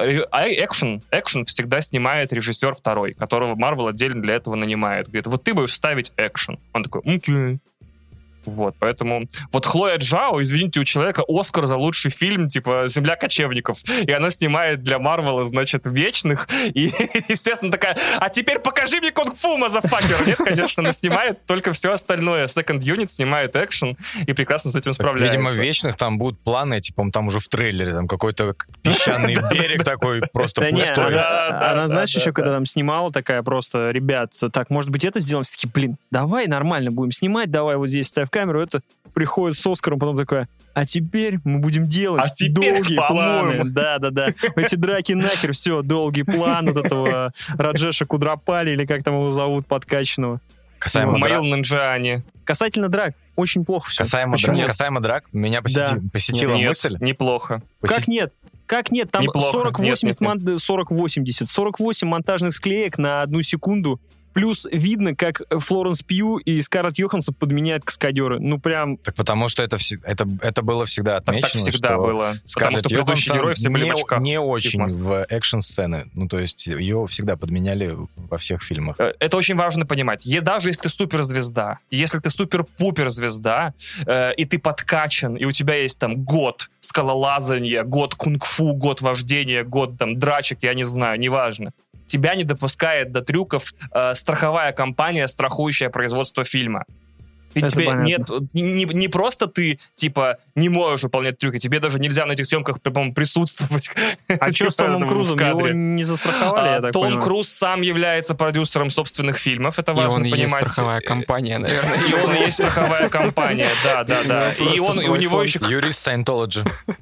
экшен, экшен всегда снимает режиссер второй, которого Marvel отдельно для этого нанимает. Говорит, вот ты будешь ставить экшен. Он такой, окей. Вот, поэтому... Вот Хлоя Джао, извините, у человека Оскар за лучший фильм, типа «Земля кочевников». И она снимает для Марвела, значит, «Вечных». И, естественно, такая, а теперь покажи мне кунг-фу, мазафакер. Нет, конечно, она снимает только все остальное. Second Unit снимает экшен и прекрасно с этим справляется. Видимо, в «Вечных» там будут планы, типа, там уже в трейлере, там какой-то песчаный берег такой просто пустой. Она, знаешь, еще когда там снимала, такая просто, ребят, так, может быть, это сделаем? Все таки, блин, давай нормально будем снимать, давай вот здесь ставь камеру, это приходит с Оскаром, потом такая, а теперь мы будем делать а теперь, долгие планы. Да-да-да. Эти драки нахер, все, долгий план вот этого Раджеша Кудрапали, или как там его зовут, подкачанного. Касаемо Маил Нанджиани. Касательно драк, очень плохо все. Касаемо, драк, касаемо драк, меня посети, да. посетила нет, мысль. Неплохо. Посет... Как нет? Как нет? Там сорок восемьдесят, мон... сорок восемьдесят, сорок восемь монтажных склеек на одну секунду. Плюс видно, как Флоренс Пью и Скарлетт Йоханссон подменяют каскадеры. Ну, прям... Так потому что это, это, это было всегда отмечено, так, так всегда что было. Скарлетт Потому что предыдущие герои все были не, в очках. не очень в экшн-сцены. Ну, то есть ее всегда подменяли во всех фильмах. Это очень важно понимать. И даже если ты суперзвезда, если ты супер-пупер-звезда, э, и ты подкачан, и у тебя есть там год скалолазания, год кунг-фу, год вождения, год там драчек, я не знаю, неважно. Тебя не допускает до трюков э, страховая компания, страхующая производство фильма. Ты, тебе нет, не, не просто ты, типа, не можешь выполнять трюки, тебе даже нельзя на этих съемках, по-моему, присутствовать. А что с Томом Крузом? Его не застраховали, я так понимаю? Том Круз сам является продюсером собственных фильмов, это важно понимать. И он есть страховая компания, наверное. И он есть страховая компания, да-да-да. И у него еще... Юрист Саентологи.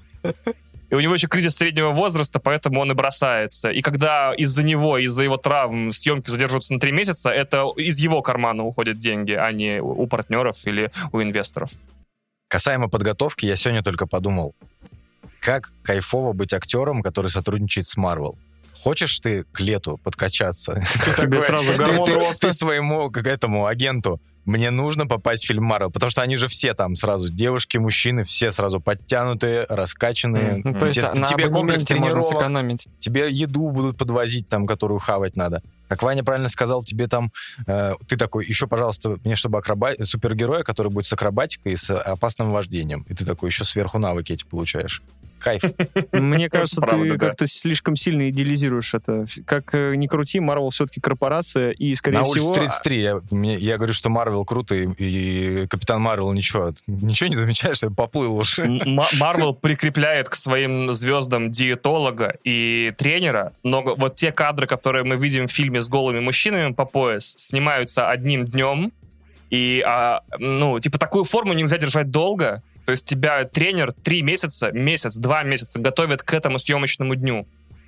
И у него еще кризис среднего возраста, поэтому он и бросается. И когда из-за него, из-за его травм съемки задерживаются на три месяца, это из его кармана уходят деньги, а не у партнеров или у инвесторов. Касаемо подготовки, я сегодня только подумал, как кайфово быть актером, который сотрудничает с Marvel. Хочешь ты к лету подкачаться? Тебе сразу гормон роста. Ты своему, к этому агенту, мне нужно попасть в фильм Marvel, потому что они же все там сразу, девушки, мужчины, все сразу подтянутые, раскачанные. Mm. Ну, то есть Те, на тебе комплекс можно тренировок, сэкономить. Тебе еду будут подвозить, там, которую хавать надо. Как Ваня правильно сказал, тебе там, э, ты такой, еще, пожалуйста, мне чтобы акробат... супергероя, который будет с акробатикой и с опасным вождением. И ты такой еще сверху навыки эти получаешь. Кайф. Мне кажется, ты как-то слишком сильно идеализируешь это. Как ни крути, Marvel все-таки корпорация, и, скорее всего... На улице тридцать три. Я, я говорю, что Marvel круто, и, и Капитан Марвел ничего. Ничего не замечаешь, я поплыл уже. Marvel прикрепляет к своим звездам диетолога и тренера, но вот те кадры, которые мы видим в фильме с голыми мужчинами по пояс, снимаются одним днем, и, а, ну, типа, такую форму нельзя держать долго. То есть тебя тренер три месяца, месяц, два месяца готовит к этому съемочному дню.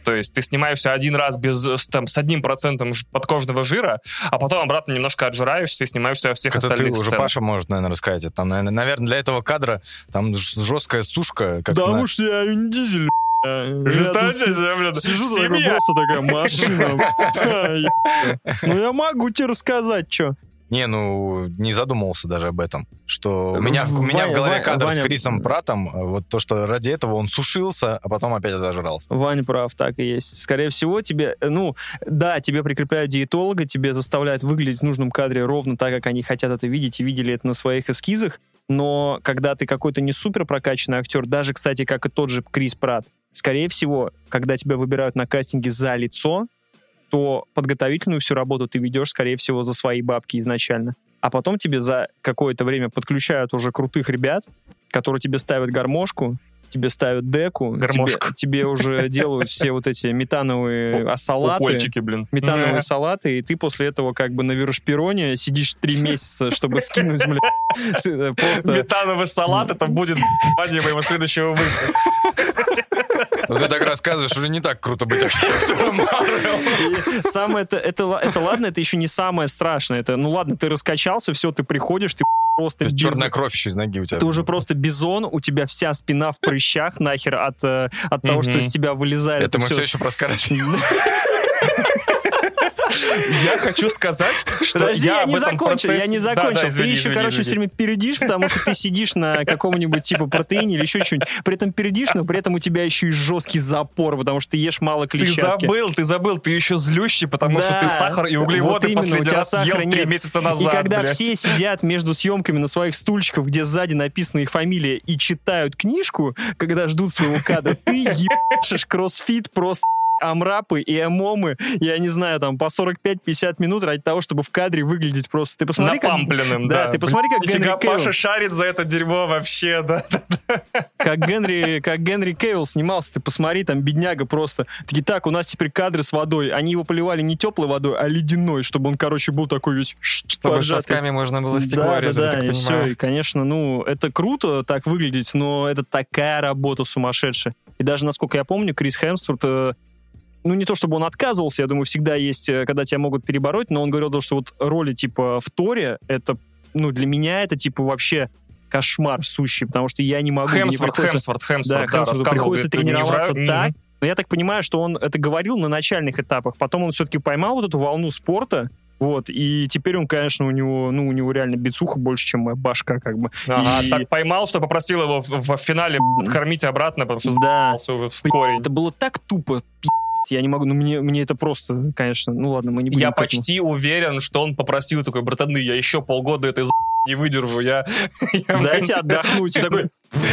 То есть ты снимаешься один раз без, с, там, с одним процентом подкожного жира, а потом обратно немножко отжираешься и снимаешься во всех Это остальных ты уже, сценах. Паша может, наверное, рассказать. Это Там, наверное, для этого кадра там жесткая сушка. Как Потому на... что я Вин Дизель, Жесточайшая, блин. сижу такой, просто такая машина. Ну я могу тебе рассказать, что. Не, ну, не задумывался даже об этом. Что у меня, В- у меня Ваня- в голове Ваня- кадр с Ваня- Крисом Праттом, вот то, что ради этого он сушился, а потом опять отожрался. Ваня прав, так и есть. Скорее всего, тебе, ну, да, тебе прикрепляют диетолога, тебе заставляют выглядеть в нужном кадре ровно так, как они хотят это видеть, и видели это на своих эскизах, но когда ты какой-то не супер прокачанный актер, даже, кстати, как и тот же Крис Пратт, скорее всего, когда тебя выбирают на кастинге за лицо, то подготовительную всю работу ты ведешь, скорее всего, за свои бабки изначально. А потом тебе за какое-то время подключают уже крутых ребят, которые тебе ставят гармошку, тебе ставят деку, Гармошку. тебе, тебе уже делают все вот эти метановые а, салаты, Укольчики, блин. метановые Да. салаты, и ты после этого как бы на вершпироне сидишь три месяца, чтобы скинуть, блин, с- просто... Метановый салат, это будет название моего следующего выпуска. Ну, ты так рассказываешь, уже не так круто быть актером Марвел. И самое это, это, ла- это ладно, это еще не самое страшное. Это, ну ладно, ты раскачался, все, ты приходишь, ты просто без- Черная кровь еще из ноги у тебя. Ты уже просто бизон, у тебя вся спина в прыщах нахер от, э, от того, Мгм. что из тебя вылезает. Это мы всё. все еще про Скарлетт. Я хочу сказать, что Подожди, я, я в не этом закончил, процессе... я не Да, закончил. да, извини, ты еще, извини, короче, извини. все время передишь, потому что ты сидишь на каком-нибудь типа протеине или еще что-нибудь. При этом передишь, но при этом у тебя еще и жесткий запор, потому что ты ешь мало Ты клетчатки. забыл, ты забыл, ты еще злющий, потому что Да. ты сахар и Вот углеводы именно, у последний тебя раз сахара съел три нет. месяца И назад, когда блядь. все сидят между съемками на своих стульчиках, где сзади написана их фамилия, и читают книжку, когда ждут своего кадра, ты ебашишь кроссфит просто амрапы и эмомы, я не знаю, там по сорок пять пятьдесят минут ради того, чтобы в кадре выглядеть просто. Ты посмотри, как, Напампленным, да, да. ты посмотри, как Нифига, Генри Кевилл, Паша шарит за это дерьмо вообще, да. как Генри, как Генри Кевилл снимался, ты посмотри, там бедняга просто. Такие, так, у нас теперь кадры с водой. Они его поливали не теплой водой, а ледяной, чтобы он, короче, был такой весь Чтобы с поджатый. сосками можно было стекло Да, резать, да, я да, так и все. понимаю. И, конечно, ну, это круто так выглядеть, но это такая работа сумасшедшая. И даже, насколько я помню, Крис Хемсворт, э, ну, не то чтобы он отказывался, я думаю, всегда есть, э, когда тебя могут перебороть, но он говорил, то, что вот роли, типа, в Торе, это, ну, для меня это, типа, вообще кошмар сущий, потому что я не могу... мне Хемсворт, приходится- Хемсворт, Да, Хемсворт, да, Хемсворту рассказывал. приходится говорит, не тренироваться враг. так. Мгм. Но я так понимаю, что он это говорил на начальных этапах. Потом он все-таки поймал вот эту волну спорта, вот, и теперь он, конечно, у него, ну, у него реально бицуха больше, чем моя башка, как бы. Ага, И- так поймал, что попросил его в, в финале кормить обратно, потому что Да. за***ался уже в корень. Это было так тупо, пи***ц, я не могу, ну, мне, мне это просто, конечно, ну, ладно, мы не будем Я к этому. почти уверен, что он попросил такой, братаны, я еще полгода этой за** не выдержу, я... я в Дайте конце- отдохнуть. И такой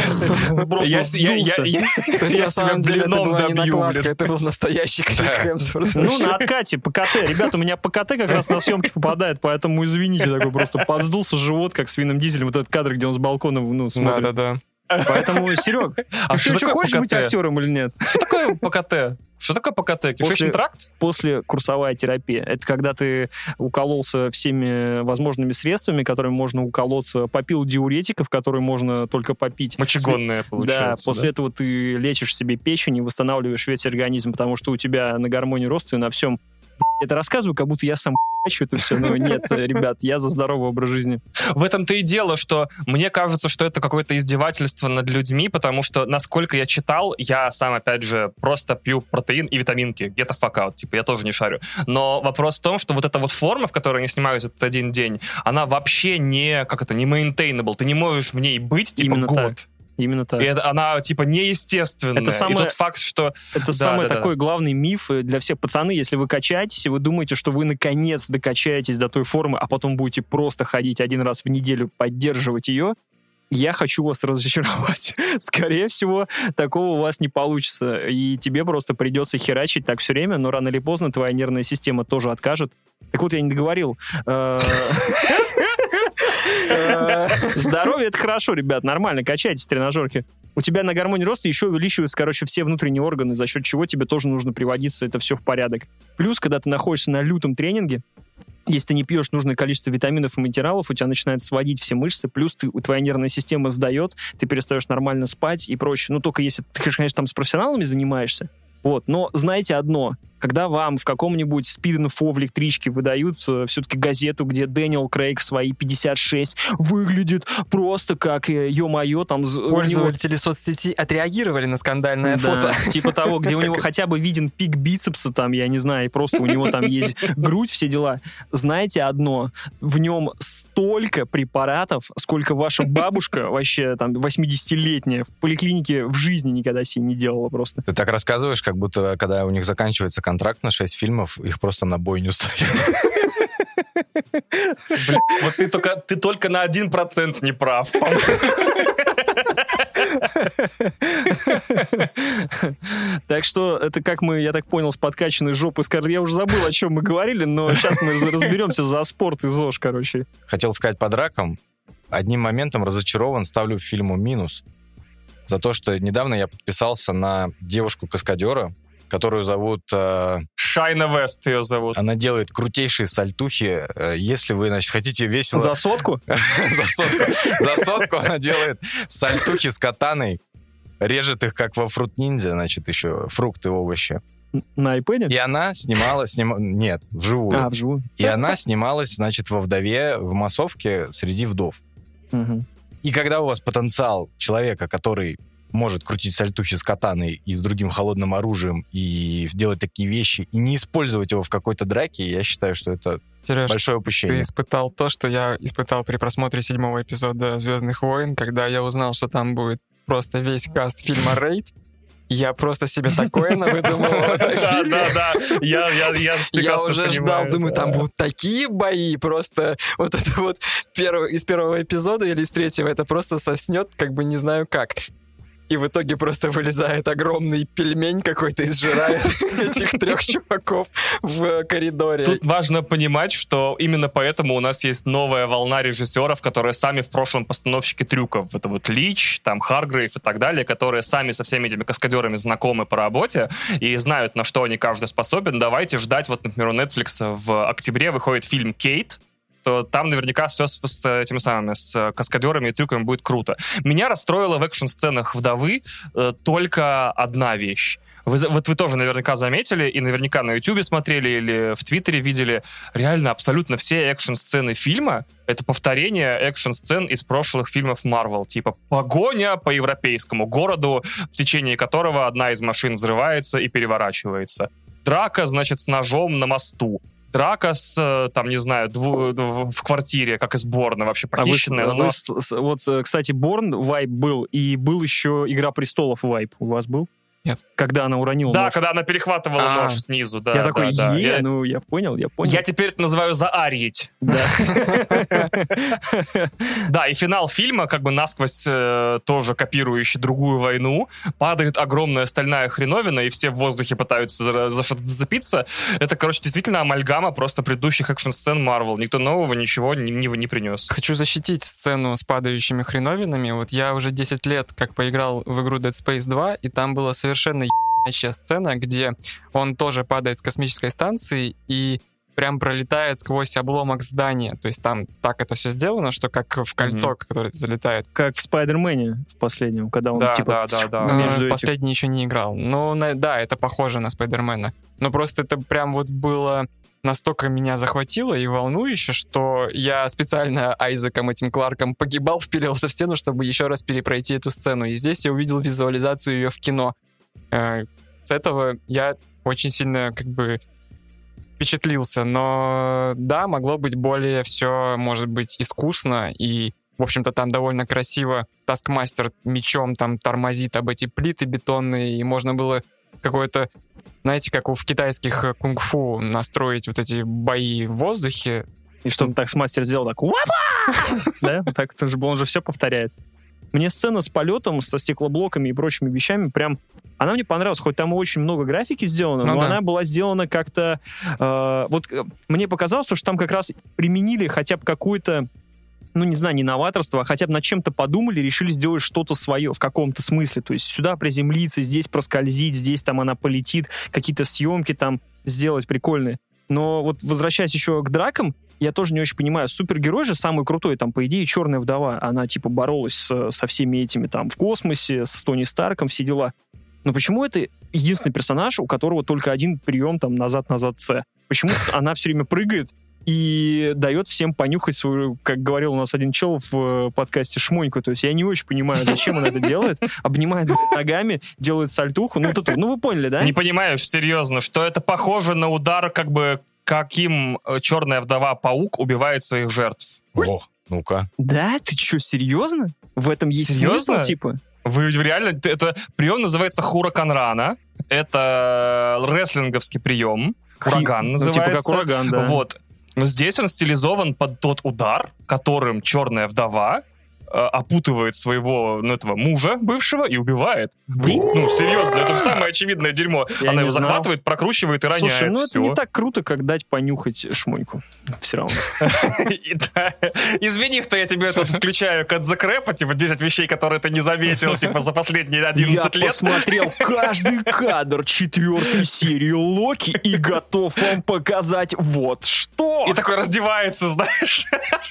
просто Я- я- я- сдулся. я- То есть, я на самом себя деле, это блином была не добью, накладка, блин. это был настоящий Крис Хемсворт. Ну, на откате, по КТ. Ребята, у меня по КТ как раз на съемке попадает, поэтому извините, такой просто подсдулся живот, как с Вином Дизелем. Вот этот кадр, где он с балкона, ну, смотрит. Да-да-да. Поэтому, Серег, ты А все что еще такое хочешь быть ПКТ? актером или нет? Что такое ПКТ? Что такое ПКТ? Кишечный После- тракт? После курсовая терапия. Это когда ты укололся всеми возможными средствами, которыми можно уколоться, попил диуретиков, которые можно только попить. Мочегонное, Да, получается. после этого ты лечишь себе печень и восстанавливаешь весь организм, потому что у тебя на гормоне роста и на всем. Это рассказываю, как будто я сам хочу это все, но нет, ребят, я за здоровый образ жизни. В этом-то и дело, что мне кажется, что это какое-то издевательство над людьми, потому что, насколько я читал, я сам, опять же, просто пью протеин и витаминки. Где-то fuck out, типа, я тоже не шарю. Но вопрос в том, что вот эта вот форма, в которой они снимают этот один день, она вообще не, как это, не maintainable. Ты не можешь в ней быть, типа, Именно год. так. Именно так. И это, она, типа, неестественная. Это самое- И тот факт, что... Это Да, самый да, да. такой главный миф э, для всех. Пацаны, если вы качаетесь, и вы думаете, что вы наконец докачаетесь до той формы, а потом будете просто ходить один раз в неделю, поддерживать ее, я хочу вас разочаровать. Скорее всего, такого у вас не получится. И тебе просто придется херачить так все время, но рано или поздно твоя нервная система тоже откажет. Так вот, я не договорил. Э, Здоровье — это хорошо, ребят, нормально, качайтесь в тренажерке. У тебя на гормоне роста еще увеличиваются, короче, все внутренние органы, за счет чего тебе тоже нужно приводиться, это все в порядок. Плюс, когда ты находишься на лютом тренинге, если ты не пьешь нужное количество витаминов и минералов, у тебя начинает сводить все мышцы, плюс ты, твоя нервная система сдает, ты перестаешь нормально спать и прочее. Ну, только если ты, конечно, там с профессионалами занимаешься, Вот. Но знаете одно, когда вам в каком-нибудь спид-инфо в электричке выдают э, все-таки газету, где Дэниел Крейг в свои пятьдесят шесть выглядит просто как, э, ё-моё, там... з- у него- Пользователи соцсети отреагировали на скандальное Да, фото. типа того, где у него хотя бы виден пик бицепса, там, я не знаю, и просто у него там есть грудь, все дела. Знаете одно, в нем столько препаратов, сколько ваша бабушка, вообще там восьмидесятилетняя, в поликлинике в жизни никогда себе не делала просто. Ты так рассказываешь, как будто, когда у них заканчивается контракт на шесть фильмов, их просто на бойню ставят. Блин, вот ты только, ты только на один процент не прав. Так что это как мы, я так понял, с подкачанной жопой сказали. Я уже забыл, о чем мы говорили, но сейчас мы разберемся за спорт и ЗОЖ, короче. Хотел сказать по дракам. Одним моментом разочарован, ставлю фильму минус. За то, что недавно я подписался на девушку-каскадера, которую зовут... э, Шайна Вест ее зовут. Она делает крутейшие сальтухи. Э, Если вы, значит, хотите весело... За сотку? За сотку. За сотку она делает сальтухи с катаной, режет их, как во Фрут Ниндзя, значит, еще фрукты, овощи. На iPad? И она снимала... Снима... Нет, вживую. А, вживую. И она снималась, значит, во «Вдове» в массовке среди вдов. Мгм. И когда у вас потенциал человека, который может крутить сальтухи с катаной и с другим холодным оружием и делать такие вещи, и не использовать его в какой-то драке, я считаю, что это Сереж, большое ты упущение. испытал то, что я испытал при просмотре седьмого эпизода «Звездных войн», когда я узнал, что там будет просто весь каст фильма «Рейд». Я просто себе такое навыдумывал в этом Да, фильме. да, да. Я, я, я Я прекрасно уже ждал, понимаю, думаю, да. там будут такие бои, просто вот это вот первый, из первого эпизода или из третьего, это просто соснет, как бы не знаю как. И в итоге просто вылезает огромный пельмень какой-то и сжирает этих трех чуваков в коридоре. Тут важно понимать, что именно поэтому у нас есть новая волна режиссеров, которые сами в прошлом постановщики трюков. Это вот Лич, там Харгрейв и так далее, которые сами со всеми этими каскадерами знакомы по работе и знают, на что они каждый способен. Давайте ждать, вот, например, у Netflix в октябре выходит фильм «Кейт», то там наверняка все с, с этими самыми, с каскадерами и трюками будет круто. Меня расстроила в экшн-сценах «Вдовы» э, только одна вещь. Вы, за- вот вы тоже наверняка заметили, и наверняка на Ютубе смотрели или в Твиттере видели, реально абсолютно все экшн-сцены фильма — это повторение экшн-сцен из прошлых фильмов Marvel. Типа погоня по европейскому городу, в течение которого одна из машин взрывается и переворачивается. Драка, значит, с ножом на мосту. Драка с, э, там, не знаю, дву- в в квартире, как из Борна, вообще А вы, похищенная. вы но- с- с- вот, э, кстати, Борн вайп был, и был еще «Игра престолов» вайп. У вас был? Нет. Когда она уронила Да, нож. когда она перехватывала А. нож снизу. Да, Я да, такой, да. е, Я- ну, я понял, я понял. Я теперь это называю заарить. Да. Да, и финал фильма, как бы насквозь э, тоже копирующий другую войну, падает огромная стальная хреновина, и все в воздухе пытаются за, за что-то зацепиться. Это, короче, действительно амальгама просто предыдущих экшн-сцен Marvel. Никто нового ничего не, не, не принес. Хочу защитить сцену с падающими хреновинами. Вот я уже десять лет как поиграл в игру Dead Space два, и там была совершенно ебаная сцена, где он тоже падает с космической станции и прям пролетает сквозь обломок здания. То есть там так это все сделано, что как в кольцо, Мгм. которое залетает. Как в Спайдермене в последнем, когда он Да, типа да, да, да. Э, между этих... Последний еще не играл. Ну, на- да, это похоже на Спайдермена. Но просто это прям вот было... Настолько меня захватило и волнующе, что я специально Айзеком этим Кларком погибал, впилился в стену, чтобы еще раз перепройти эту сцену. И здесь я увидел визуализацию ее в кино. Э, С этого я очень сильно как бы впечатлился. Но да, могло быть более все, может быть, искусно. И, в общем-то, там довольно красиво Таскмастер мечом там тормозит об эти плиты бетонные, и можно было какое-то, знаете, как у в китайских э, кунг-фу настроить вот эти бои в воздухе. И чтобы так мастер сделал так «Уапа!» Да, так тоже, он же все повторяет. Мне сцена с полетом, со стеклоблоками и прочими вещами прям... Она мне понравилась, хоть там и очень много графики сделано, Ну но да. она была сделана как-то... э, вот э, мне показалось, что там как раз применили хотя бы какую-то, ну, не знаю, не новаторство, а хотя бы над чем-то подумали, решили сделать что-то свое в каком-то смысле. То есть сюда приземлиться, здесь проскользить, здесь там она полетит, какие-то съемки там сделать прикольные. Но вот возвращаясь еще к дракам, я тоже не очень понимаю. Супергерой же самый крутой, там, по идее, Черная вдова. Она, типа, боролась с- со всеми этими там в космосе, с Тони Старком, все дела. но почему это единственный персонаж, у которого только один прием там назад-назад С? Почему она все время прыгает и дает всем понюхать свою, как говорил у нас один чел в подкасте, шмоньку. То есть я не очень понимаю, зачем она это делает. Обнимает ногами, делает сальтуху. Ну, тут, ну вы поняли, да? Не понимаешь, серьезно, что это похоже на удар, как бы, каким черная вдова-паук убивает своих жертв. О, ну-ка. Да? Ты что, серьезно? В этом есть Серьезно? смысл, типа? Вы реально... Это прием называется Хураканрана. Это рестлинговский прием. Ураган называется. Ну, типа как ураган, да. Вот. Но здесь он стилизован под тот удар, которым черная вдова э, опутывает своего, ну, этого мужа бывшего и убивает. Ну, серьезно, это же самое очевидное дерьмо. Я Она не его знал. захватывает, прокручивает и роняет. Слушай, ну Всё. это не так круто, как дать понюхать шмоньку. Все равно. И да. Извини, что я тебе тут включаю кадзекрэпа, типа десять вещей, которые ты не заметил, типа за последние Я одиннадцать лет. посмотрел каждый кадр четвертой серии Локи и готов вам показать вот что. И такой раздевается, знаешь.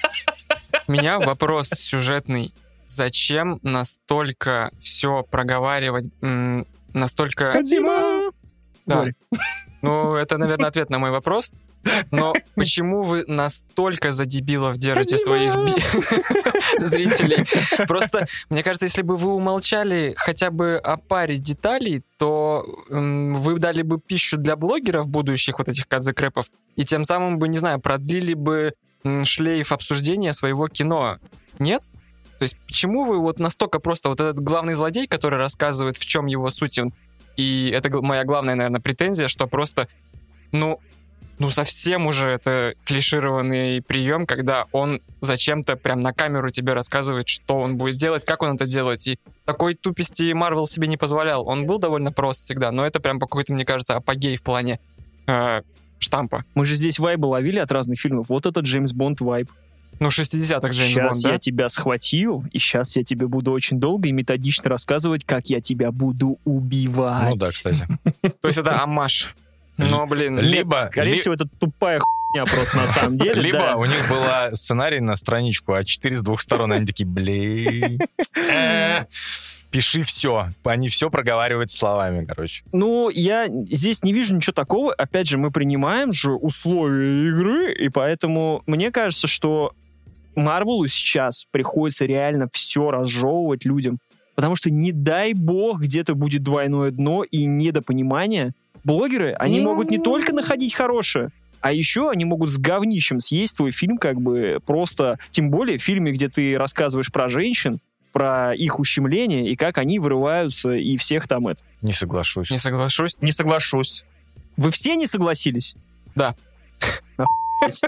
У меня вопрос сюжетный. Зачем настолько все проговаривать, м, настолько... Кодзима! Да. Говори. Ну, это, наверное, ответ на мой вопрос. Но почему вы настолько за дебилов держите своих би- зрителей? Просто, мне кажется, если бы вы умолчали хотя бы о паре деталей, то м, вы дали бы пищу для блогеров будущих, вот этих кадзекрэпов, и тем самым бы, не знаю, продлили бы м, шлейф обсуждения своего кино. Нет? То есть почему вы вот настолько просто... Вот этот главный злодей, который рассказывает, в чем его суть, он- и это г- моя главная, наверное, претензия, что просто, ну, ну совсем уже это клишированный прием, когда он зачем-то прям на камеру тебе рассказывает, что он будет делать, как он это делает. И такой тупости Марвел себе не позволял. Он был довольно прост всегда, но это прям какой-то, мне кажется, апогей в плане э, штампа. Мы же здесь вайбы ловили от разных фильмов. Вот это Джеймс Бонд вайб. Ну, шестидесятых Джеймс Сейчас Бонд, да? я тебя схватил, и сейчас я тебе буду очень долго и методично рассказывать, как я тебя буду убивать. Ну да, кстати. То есть это амаш. Но, блин, Нет, Либо- скорее ли- всего, это тупая хуйня просто на самом деле. Либо да. у них была сценарий на страничку а четыре с двух сторон, они такие, блин, э, пиши все. Они все проговаривают словами, короче. Ну, я здесь не вижу ничего такого. Опять же, мы принимаем же условия игры, и поэтому мне кажется, что Марвелу сейчас приходится реально все разжевывать людям. Потому что, не дай бог, где-то будет двойное дно и недопонимание. Блогеры, они могут не только находить хорошее, а еще они могут с говнищем съесть твой фильм, как бы просто... Тем более в фильме, где ты рассказываешь про женщин, про их ущемление и как они вырываются и всех там это. Не соглашусь. не соглашусь. Не соглашусь. Вы все не согласились? Да. Охуеть.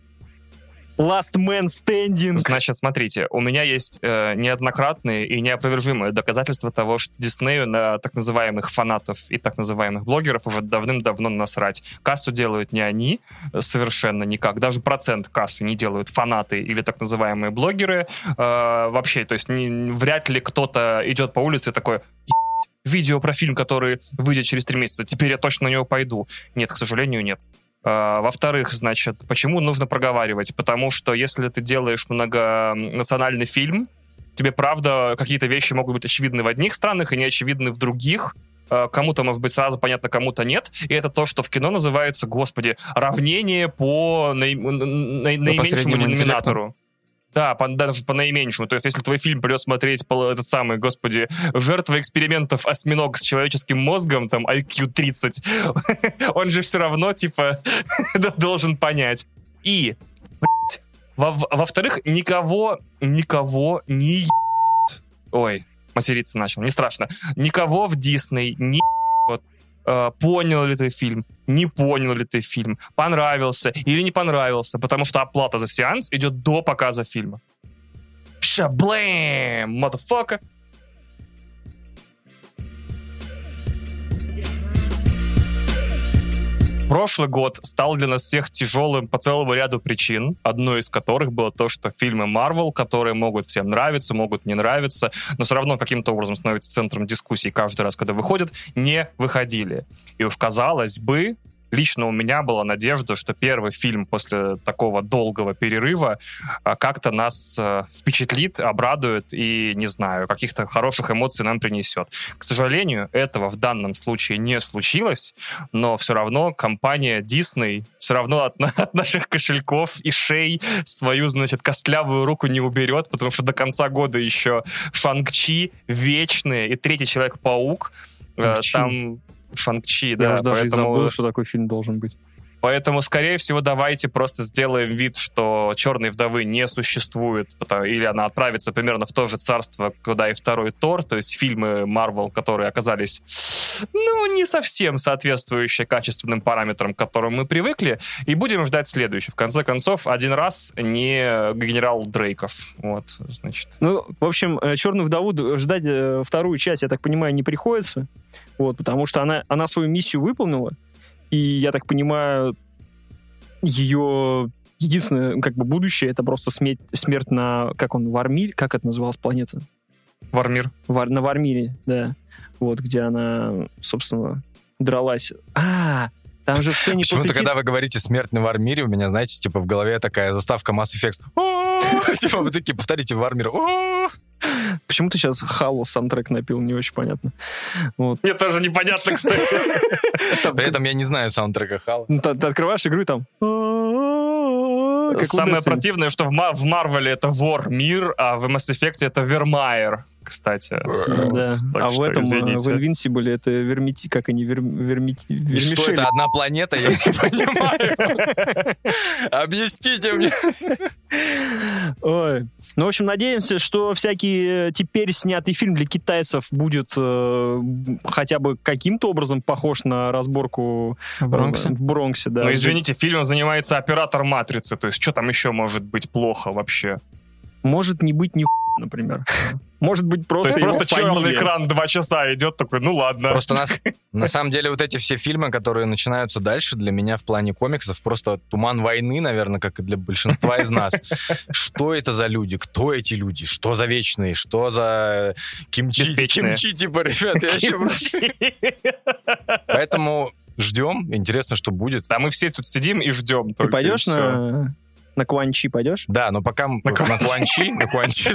Last Man Standing. Значит, смотрите, у меня есть э, неоднократные и неопровержимые доказательства того, что Диснею на так называемых фанатов и так называемых блогеров уже давным-давно насрать. Кассу делают не они, э, совершенно никак. Даже процент кассы не делают фанаты или так называемые блогеры. Э, вообще, то есть не, вряд ли кто-то идет по улице и такой... Видео про фильм, который выйдет через три месяца, теперь я точно на него пойду. Нет, к сожалению, нет. Uh, во-вторых, значит, почему нужно проговаривать? Потому что если ты делаешь многонациональный фильм, тебе, правда, какие-то вещи могут быть очевидны в одних странах и не очевидны в других. Uh, кому-то, может быть, сразу понятно, кому-то нет. И это то, что в кино называется, господи, равнение по, наи- на- на- наименьшему среднему деноминатору. Да, по, даже по наименьшему. То есть, если твой фильм придет смотреть по, этот самый, господи, жертва экспериментов осьминог с человеческим мозгом, там, ай кью тридцать, он же все равно, типа, должен понять. И, блядь, во- во-вторых, никого, никого не ебет. Ой, материться начал, не страшно. Никого в Дисней не ебет. Э, понял ли ты фильм, не понял ли ты фильм, понравился или не понравился, потому что оплата за сеанс идет до показа фильма. Шаблэм, motherfucker. Прошлый год стал для нас всех тяжелым по целому ряду причин, одной из которых было то, что фильмы Marvel, которые могут всем нравиться, могут не нравиться, но все равно каким-то образом становятся центром дискуссий каждый раз, когда выходят, не выходили. И уж казалось бы, лично у меня была надежда, что первый фильм после такого долгого перерыва как-то нас впечатлит, обрадует и, не знаю, каких-то хороших эмоций нам принесет. К сожалению, этого в данном случае не случилось, но все равно компания Disney все равно от, от наших кошельков и шей свою, значит, костлявую руку не уберет, потому что до конца года еще Шанг-Чи, Вечные и Третий Человек-паук. Шанг-Чи. Там Шанг-Чи, да. Я уже даже поэтому... и забыл, что такой фильм должен быть. Поэтому, скорее всего, давайте просто сделаем вид, что «Черной вдовы» не существует, потому, или она отправится примерно в то же царство, куда и второй Тор, то есть фильмы Marvel, которые оказались, ну, не совсем соответствующие качественным параметрам, к которым мы привыкли, и будем ждать следующее. В конце концов, один раз не генерал Дрейков. Вот, значит. Ну, в общем, «Черную вдову» ждать вторую часть, я так понимаю, не приходится, вот, потому что она, она свою миссию выполнила. И, я так понимаю, ее единственное, как бы, будущее — это просто смерть, смерть на, как он, Вармир, как это называлась планета? Вармир. Вар, на Вармире, да. Вот, где она, собственно, дралась. А, там же в сцене... Почему-то, после когда вы говорите «Смерть на Вармире», у меня, знаете, типа в голове такая заставка Mass Effect. Типа вы такие повторите «Вармир». Почему ты сейчас Halo саундтрек напил, не очень понятно. Вот. Мне тоже непонятно, кстати. При этом я не знаю саундтрека Halo. Ты открываешь игру и там... Самое противное, что в Марвеле это Вор-Мир, а в Mass Effect это Вермайер, кстати. Да. А в этом, в Invincible это Вермити... Как они? Вермити... Что это, одна планета? Я не понимаю. Объясните мне. Ой. Ну, в общем, надеемся, что всякий теперь снятый фильм для китайцев будет э, хотя бы каким-то образом похож на разборку в Бронксе. Э, в Бронксе, да. Ну, извините, фильмом занимается оператор «Матрицы», то есть что там еще может быть плохо вообще? Может не быть ни хуя, например. Может быть просто То есть просто черный фамилия. экран два часа идет, такой, ну ладно. Просто нас, на самом деле вот эти все фильмы, которые начинаются дальше, для меня в плане комиксов просто туман войны, наверное, как и для большинства из нас. Что это за люди? Кто эти люди? Что за вечные? Что за кимчи? Кимчи, типа, ребят, я еще... Поэтому ждем. Интересно, что будет. А мы все тут сидим и ждем. Ты пойдешь на... На Куанчи пойдешь? Да, но пока на Куанчи, на Куанчи,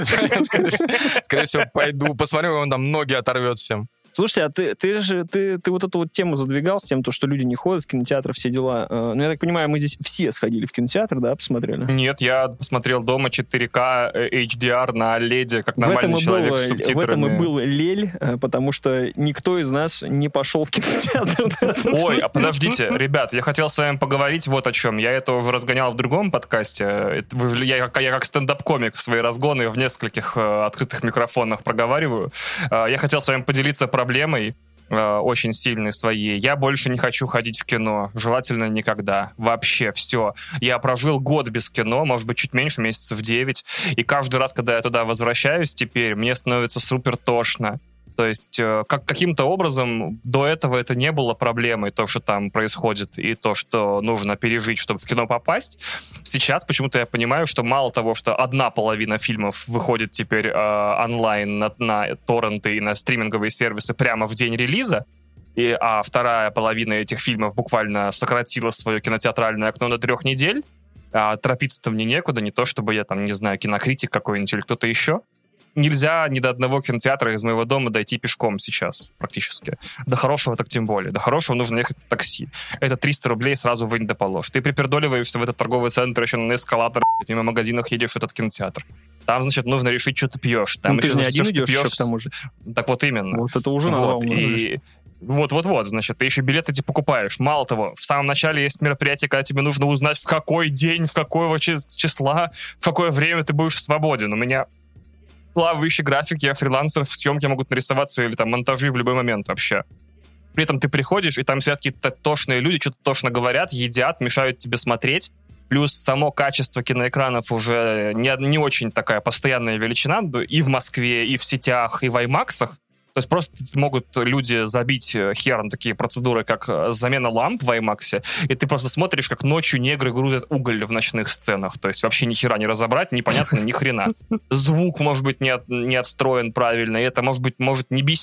скорее всего, пойду, посмотрю, он там ноги оторвет всем. Слушайте, а ты, ты же, ты, ты вот эту вот тему задвигал с тем, то, что люди не ходят в кинотеатр, все дела. Ну, я так понимаю, мы здесь все сходили в кинотеатр, да, посмотрели? Нет, я посмотрел дома четыре ка эйч ди ар на леде, как нормальный человек было, с субтитрами. В этом и был лель, потому что никто из нас не пошел в кинотеатр. Ой, а подождите, ребят, я хотел с вами поговорить вот о чем. Я это уже разгонял в другом подкасте. Я, я как стендап-комик свои разгоны в нескольких открытых микрофонах проговариваю. Я хотел с вами поделиться про проблемой э, очень сильной своей. Я больше не хочу ходить в кино. Желательно никогда. Вообще все. Я прожил год без кино, может быть, чуть меньше, месяцев девять. И каждый раз, когда я туда возвращаюсь теперь, мне становится супер тошно. То есть э, как, каким-то образом до этого это не было проблемой, то, что там происходит, и то, что нужно пережить, чтобы в кино попасть. Сейчас почему-то я понимаю, что мало того, что одна половина фильмов выходит теперь э, онлайн на, на торренты и на стриминговые сервисы прямо в день релиза, и, а вторая половина этих фильмов буквально сократила свое кинотеатральное окно до трех недель, а торопиться-то мне некуда, не то чтобы я там, не знаю, кинокритик какой-нибудь или кто-то еще. Нельзя ни до одного кинотеатра из моего дома дойти пешком сейчас, практически. До хорошего так тем более. До хорошего нужно ехать на такси. Это триста рублей сразу вынь да положь. Ты припердоливаешься в этот торговый центр, еще на эскалатор, мимо магазинов едешь в этот кинотеатр. Там, значит, нужно решить, что ты пьешь. Там ну, ты же не один все, идешь пьешь, еще к тому же. Так вот именно. Вот это уже вот. навал. И... Вот-вот-вот, значит, ты еще билеты эти покупаешь. Мало того, в самом начале есть мероприятие, когда тебе нужно узнать, в какой день, в какого числа, в какое время ты будешь свободен. У меня плавающий график, я фрилансер, в съемке могут нарисоваться или там монтажи в любой момент вообще. При этом ты приходишь, и там сидят какие-то тошные люди, что-то тошно говорят, едят, мешают тебе смотреть. Плюс само качество киноэкранов уже не, не очень такая постоянная величина и в Москве, и в сетях, и в аймаксах. То есть просто могут люди забить хер на такие процедуры, как замена ламп в IMAX, и ты просто смотришь, как ночью негры грузят уголь в ночных сценах. То есть вообще ни хера не разобрать, непонятно ни хрена. Звук, может быть, не, от, не отстроен правильно, и это, может быть, может не бесить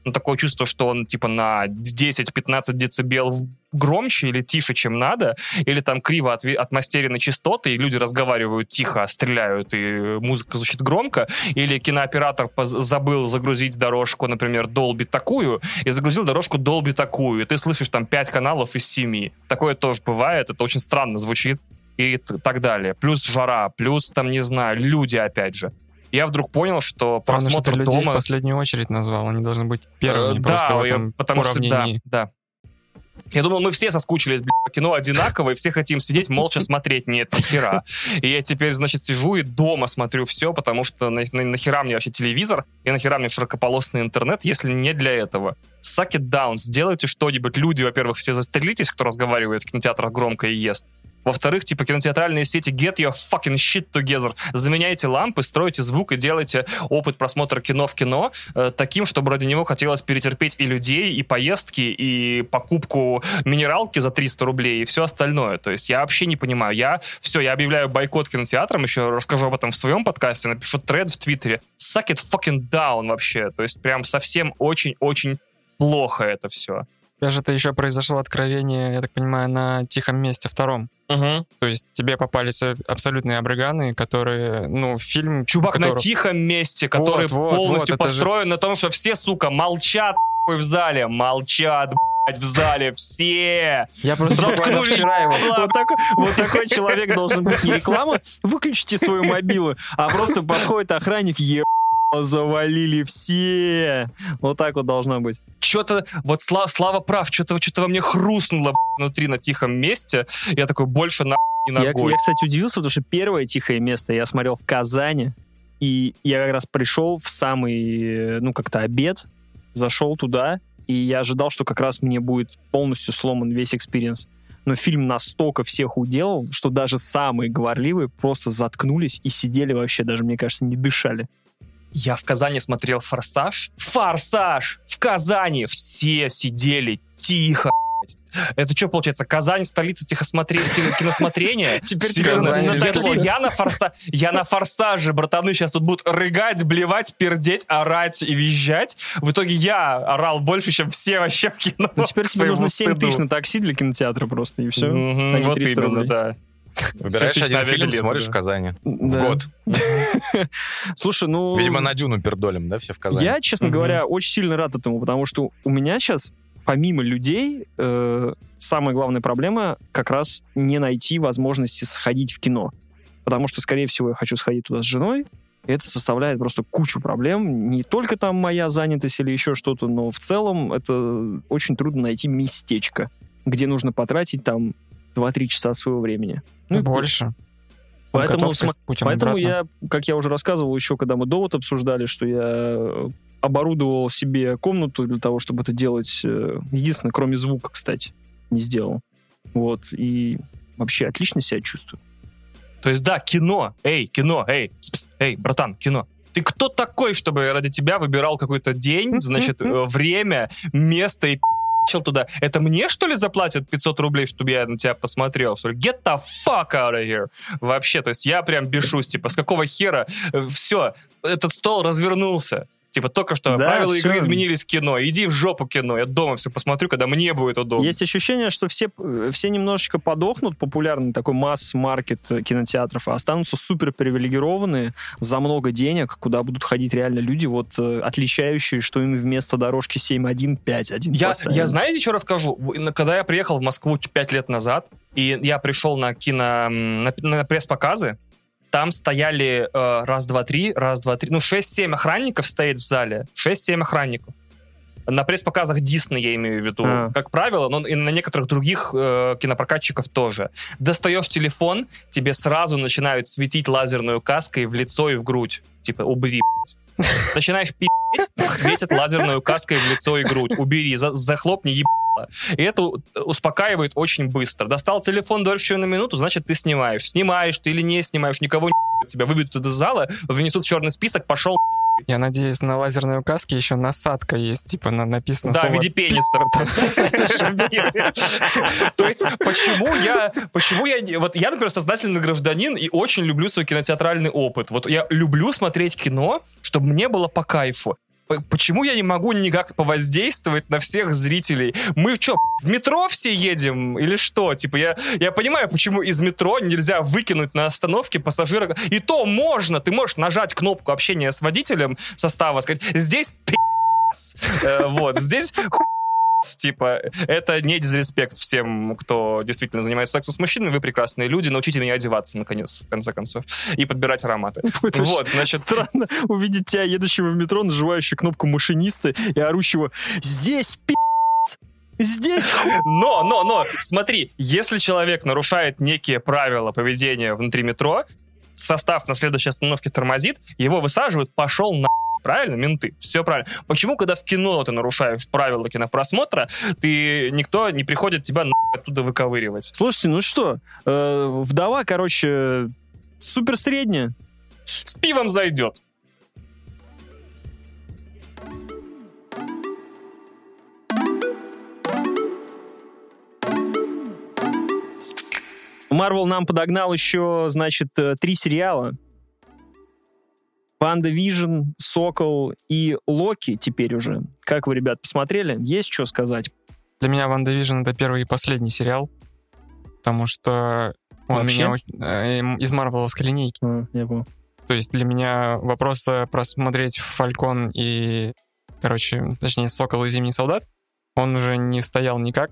но такое чувство, что он типа на десять-пятнадцать децибел громче или тише, чем надо, или там криво отве- отмастерены частоты, и люди разговаривают тихо, стреляют, и музыка звучит громко, или кинооператор поз- забыл загрузить дорожку, например, Dolby такую, и загрузил дорожку Dolby такую, и ты слышишь там пять каналов из семи. Такое тоже бывает, это очень странно звучит, и т- так далее. Плюс жара, плюс там, не знаю, люди, опять же. Я вдруг понял, что Странно, просмотр что ты людей дома... в последнюю очередь назвал, они должны быть первыми Э, просто да, в я- этом потому уравнении. что да, да. Я думал, мы все соскучились, блядь, по кино одинаково, и все хотим сидеть, молча смотреть. Нет, нихера. И я теперь, значит, сижу и дома смотрю все, потому что на, на, нахера мне вообще телевизор, и нахера мне широкополосный интернет, если не для этого. Suck it down, сделайте что-нибудь. Люди, во-первых, все застрелитесь, кто разговаривает в кинотеатрах громко и ест. Во-вторых, типа, кинотеатральные сети, get your fucking shit together. Заменяйте лампы, стройте звук и делайте опыт просмотра кино в кино э, таким, чтобы ради него хотелось перетерпеть и людей, и поездки, и покупку минералки за триста рублей, и все остальное. То есть я вообще не понимаю. Я все, я объявляю бойкот кинотеатрам, еще расскажу об этом в своем подкасте, напишу тред в Твиттере. Suck it fucking down вообще. То есть прям совсем очень-очень плохо это все. Даже-то еще произошло откровение, я так понимаю, на «Тихом месте» втором. Угу. То есть тебе попались абсолютные абрыганы, которые, ну, фильм... Чувак который... на тихом месте, который Вот, вот, полностью вот, это построен на том, что все, сука, молчат в зале, молчат, блядь, в зале, все. Я просто буквально Заткнулись. вчера его... Вот такой, вот такой человек должен быть. Не реклама, выключите свою мобилу, а просто подходит охранник, е завалили все. Вот так вот должно быть. Что-то, вот Слава, Слава прав, что-то что во мне хрустнуло блядь, внутри на тихом месте. Я такой, больше на не Я, ногой. я, кстати, удивился, потому что первое тихое место я смотрел в Казани, и я как раз пришел в самый, ну, как-то обед, зашел туда, и я ожидал, что как раз мне будет полностью сломан весь экспириенс. Но фильм настолько всех уделал, что даже самые говорливые просто заткнулись и сидели вообще, даже, мне кажется, не дышали. Я в Казани смотрел «Форсаж». «Форсаж» в Казани. Все сидели тихо. блядь. Это что, получается, Казань, столица тихосмотре... киносмотрения? Теперь Серьезно? Казань Я респект. думал, я на, форса... я на «Форсаже», братаны, сейчас тут будут рыгать, блевать, пердеть, орать и визжать. В итоге я орал больше, чем все вообще в кино. Ну, теперь тебе Своему нужно семь стыду. тысяч на такси для кинотеатра просто, и все. Мгм, а не вот триста именно, рублей. да. Выбираешь семь тысяч один на фильм, авиабилеты, смотришь да. в Казани. Да. В год. Слушай, ну... Видимо, на Дюну пердолем, да, все в Казани? Я, честно Мгм. говоря, очень сильно рад этому, потому что у меня сейчас, помимо людей, э, самая главная проблема как раз не найти возможности сходить в кино. Потому что, скорее всего, я хочу сходить туда с женой, и это составляет просто кучу проблем. Не только там моя занятость или еще что-то, но в целом это очень трудно найти местечко, где нужно потратить там два-три часа своего времени. Ну, и Больше. Поэтому, Подготовка с см- путем поэтому обратно. я, как я уже рассказывал еще, когда мы довод обсуждали, что я оборудовал себе комнату для того, чтобы это делать. э, Единственное, кроме звука, кстати, не сделал. Вот. И вообще отлично себя чувствую. То есть, да, кино. Эй, кино, эй, пс, эй, братан, кино. Ты кто такой, чтобы ради тебя выбирал какой-то день, значит, э, время, место и пи***чил туда? Это мне, что ли, заплатят пятьсот рублей, чтобы я на тебя посмотрел? Что ли? Get the fuck out of here. Вообще, то есть я прям бешусь, типа, с какого хера? Все, этот стол развернулся. Типа, только что Да, правила всё. игры изменились в кино. Иди в жопу кино. Я дома все посмотрю, когда мне будет удобно. Есть ощущение, что все, э, все немножечко подохнут, популярный такой масс-маркет э, кинотеатров, а останутся супер привилегированные за много денег, куда будут ходить реально люди, вот э, отличающие, что им вместо дорожки семь один пять один Я, поставили. я знаете, что расскажу? В- Когда я приехал в Москву пять лет назад, и я пришел на кино, м, на, на пресс-показы, там стояли э, раз, два, три, раз, два, три, ну, шесть-семь охранников стоит в зале, шесть-семь охранников. На пресс-показах Дисней, я имею в виду, А. как правило, но и на некоторых других э, кинопрокатчиков тоже. Достаешь телефон, тебе сразу начинают светить лазерную каской в лицо и в грудь. Типа, убери, блядь. Начинаешь пи***ть, светят лазерную каской в лицо и грудь. Убери, за- захлопни, ебало. И это у- успокаивает очень быстро. Достал телефон дольше, чем на минуту, значит, ты снимаешь. Снимаешь ты или не снимаешь, никого не ебет. Тебя выведут из зала, внесут в черный список, пошел. Я надеюсь, на лазерной указке еще насадка есть, типа на, написано Да, в слово виде пениса. То есть, почему я, почему я, не- вот я, например, сознательный гражданин и очень люблю свой кинотеатральный опыт. Вот я люблю смотреть кино, чтобы мне было по кайфу. почему я не могу никак повоздействовать на всех зрителей? Мы что, в метро все едем или что? Типа, я, я понимаю, почему из метро нельзя выкинуть на остановке пассажира. И то можно. Ты можешь нажать кнопку общения с водителем состава, сказать, здесь пи***ц. Вот, здесь типа, это не дизреспект всем, кто действительно занимается сексом с мужчинами. Вы прекрасные люди, научите меня одеваться, наконец, в конце концов, и подбирать ароматы. Это вот, значит... Странно увидеть тебя, едущего в метро, нажимающего кнопку машиниста и орущего «Здесь пи***ц! Здесь...» Но, но, но, смотри, если человек нарушает некие правила поведения внутри метро, состав на следующей остановке тормозит, его высаживают, пошел на... Правильно? Менты. Все правильно. Почему, когда в кино ты нарушаешь правила кинопросмотра, ты, никто не приходит тебя на оттуда выковыривать? Слушайте, ну что, э, вдова, короче, супер средняя. С пивом зайдет. Marvel нам подогнал еще, значит, три сериала. Ванда Вижн, Сокол и Локи теперь уже. Как вы, ребят, посмотрели? Есть что сказать? Для меня Ванда Вижн — это первый и последний сериал, потому что он Вообще? меня очень- э, из марвеловской линейки. А, я понял. То есть для меня вопрос э, просмотреть Фалькон и, короче, точнее, Сокол и Зимний солдат, он уже не стоял никак,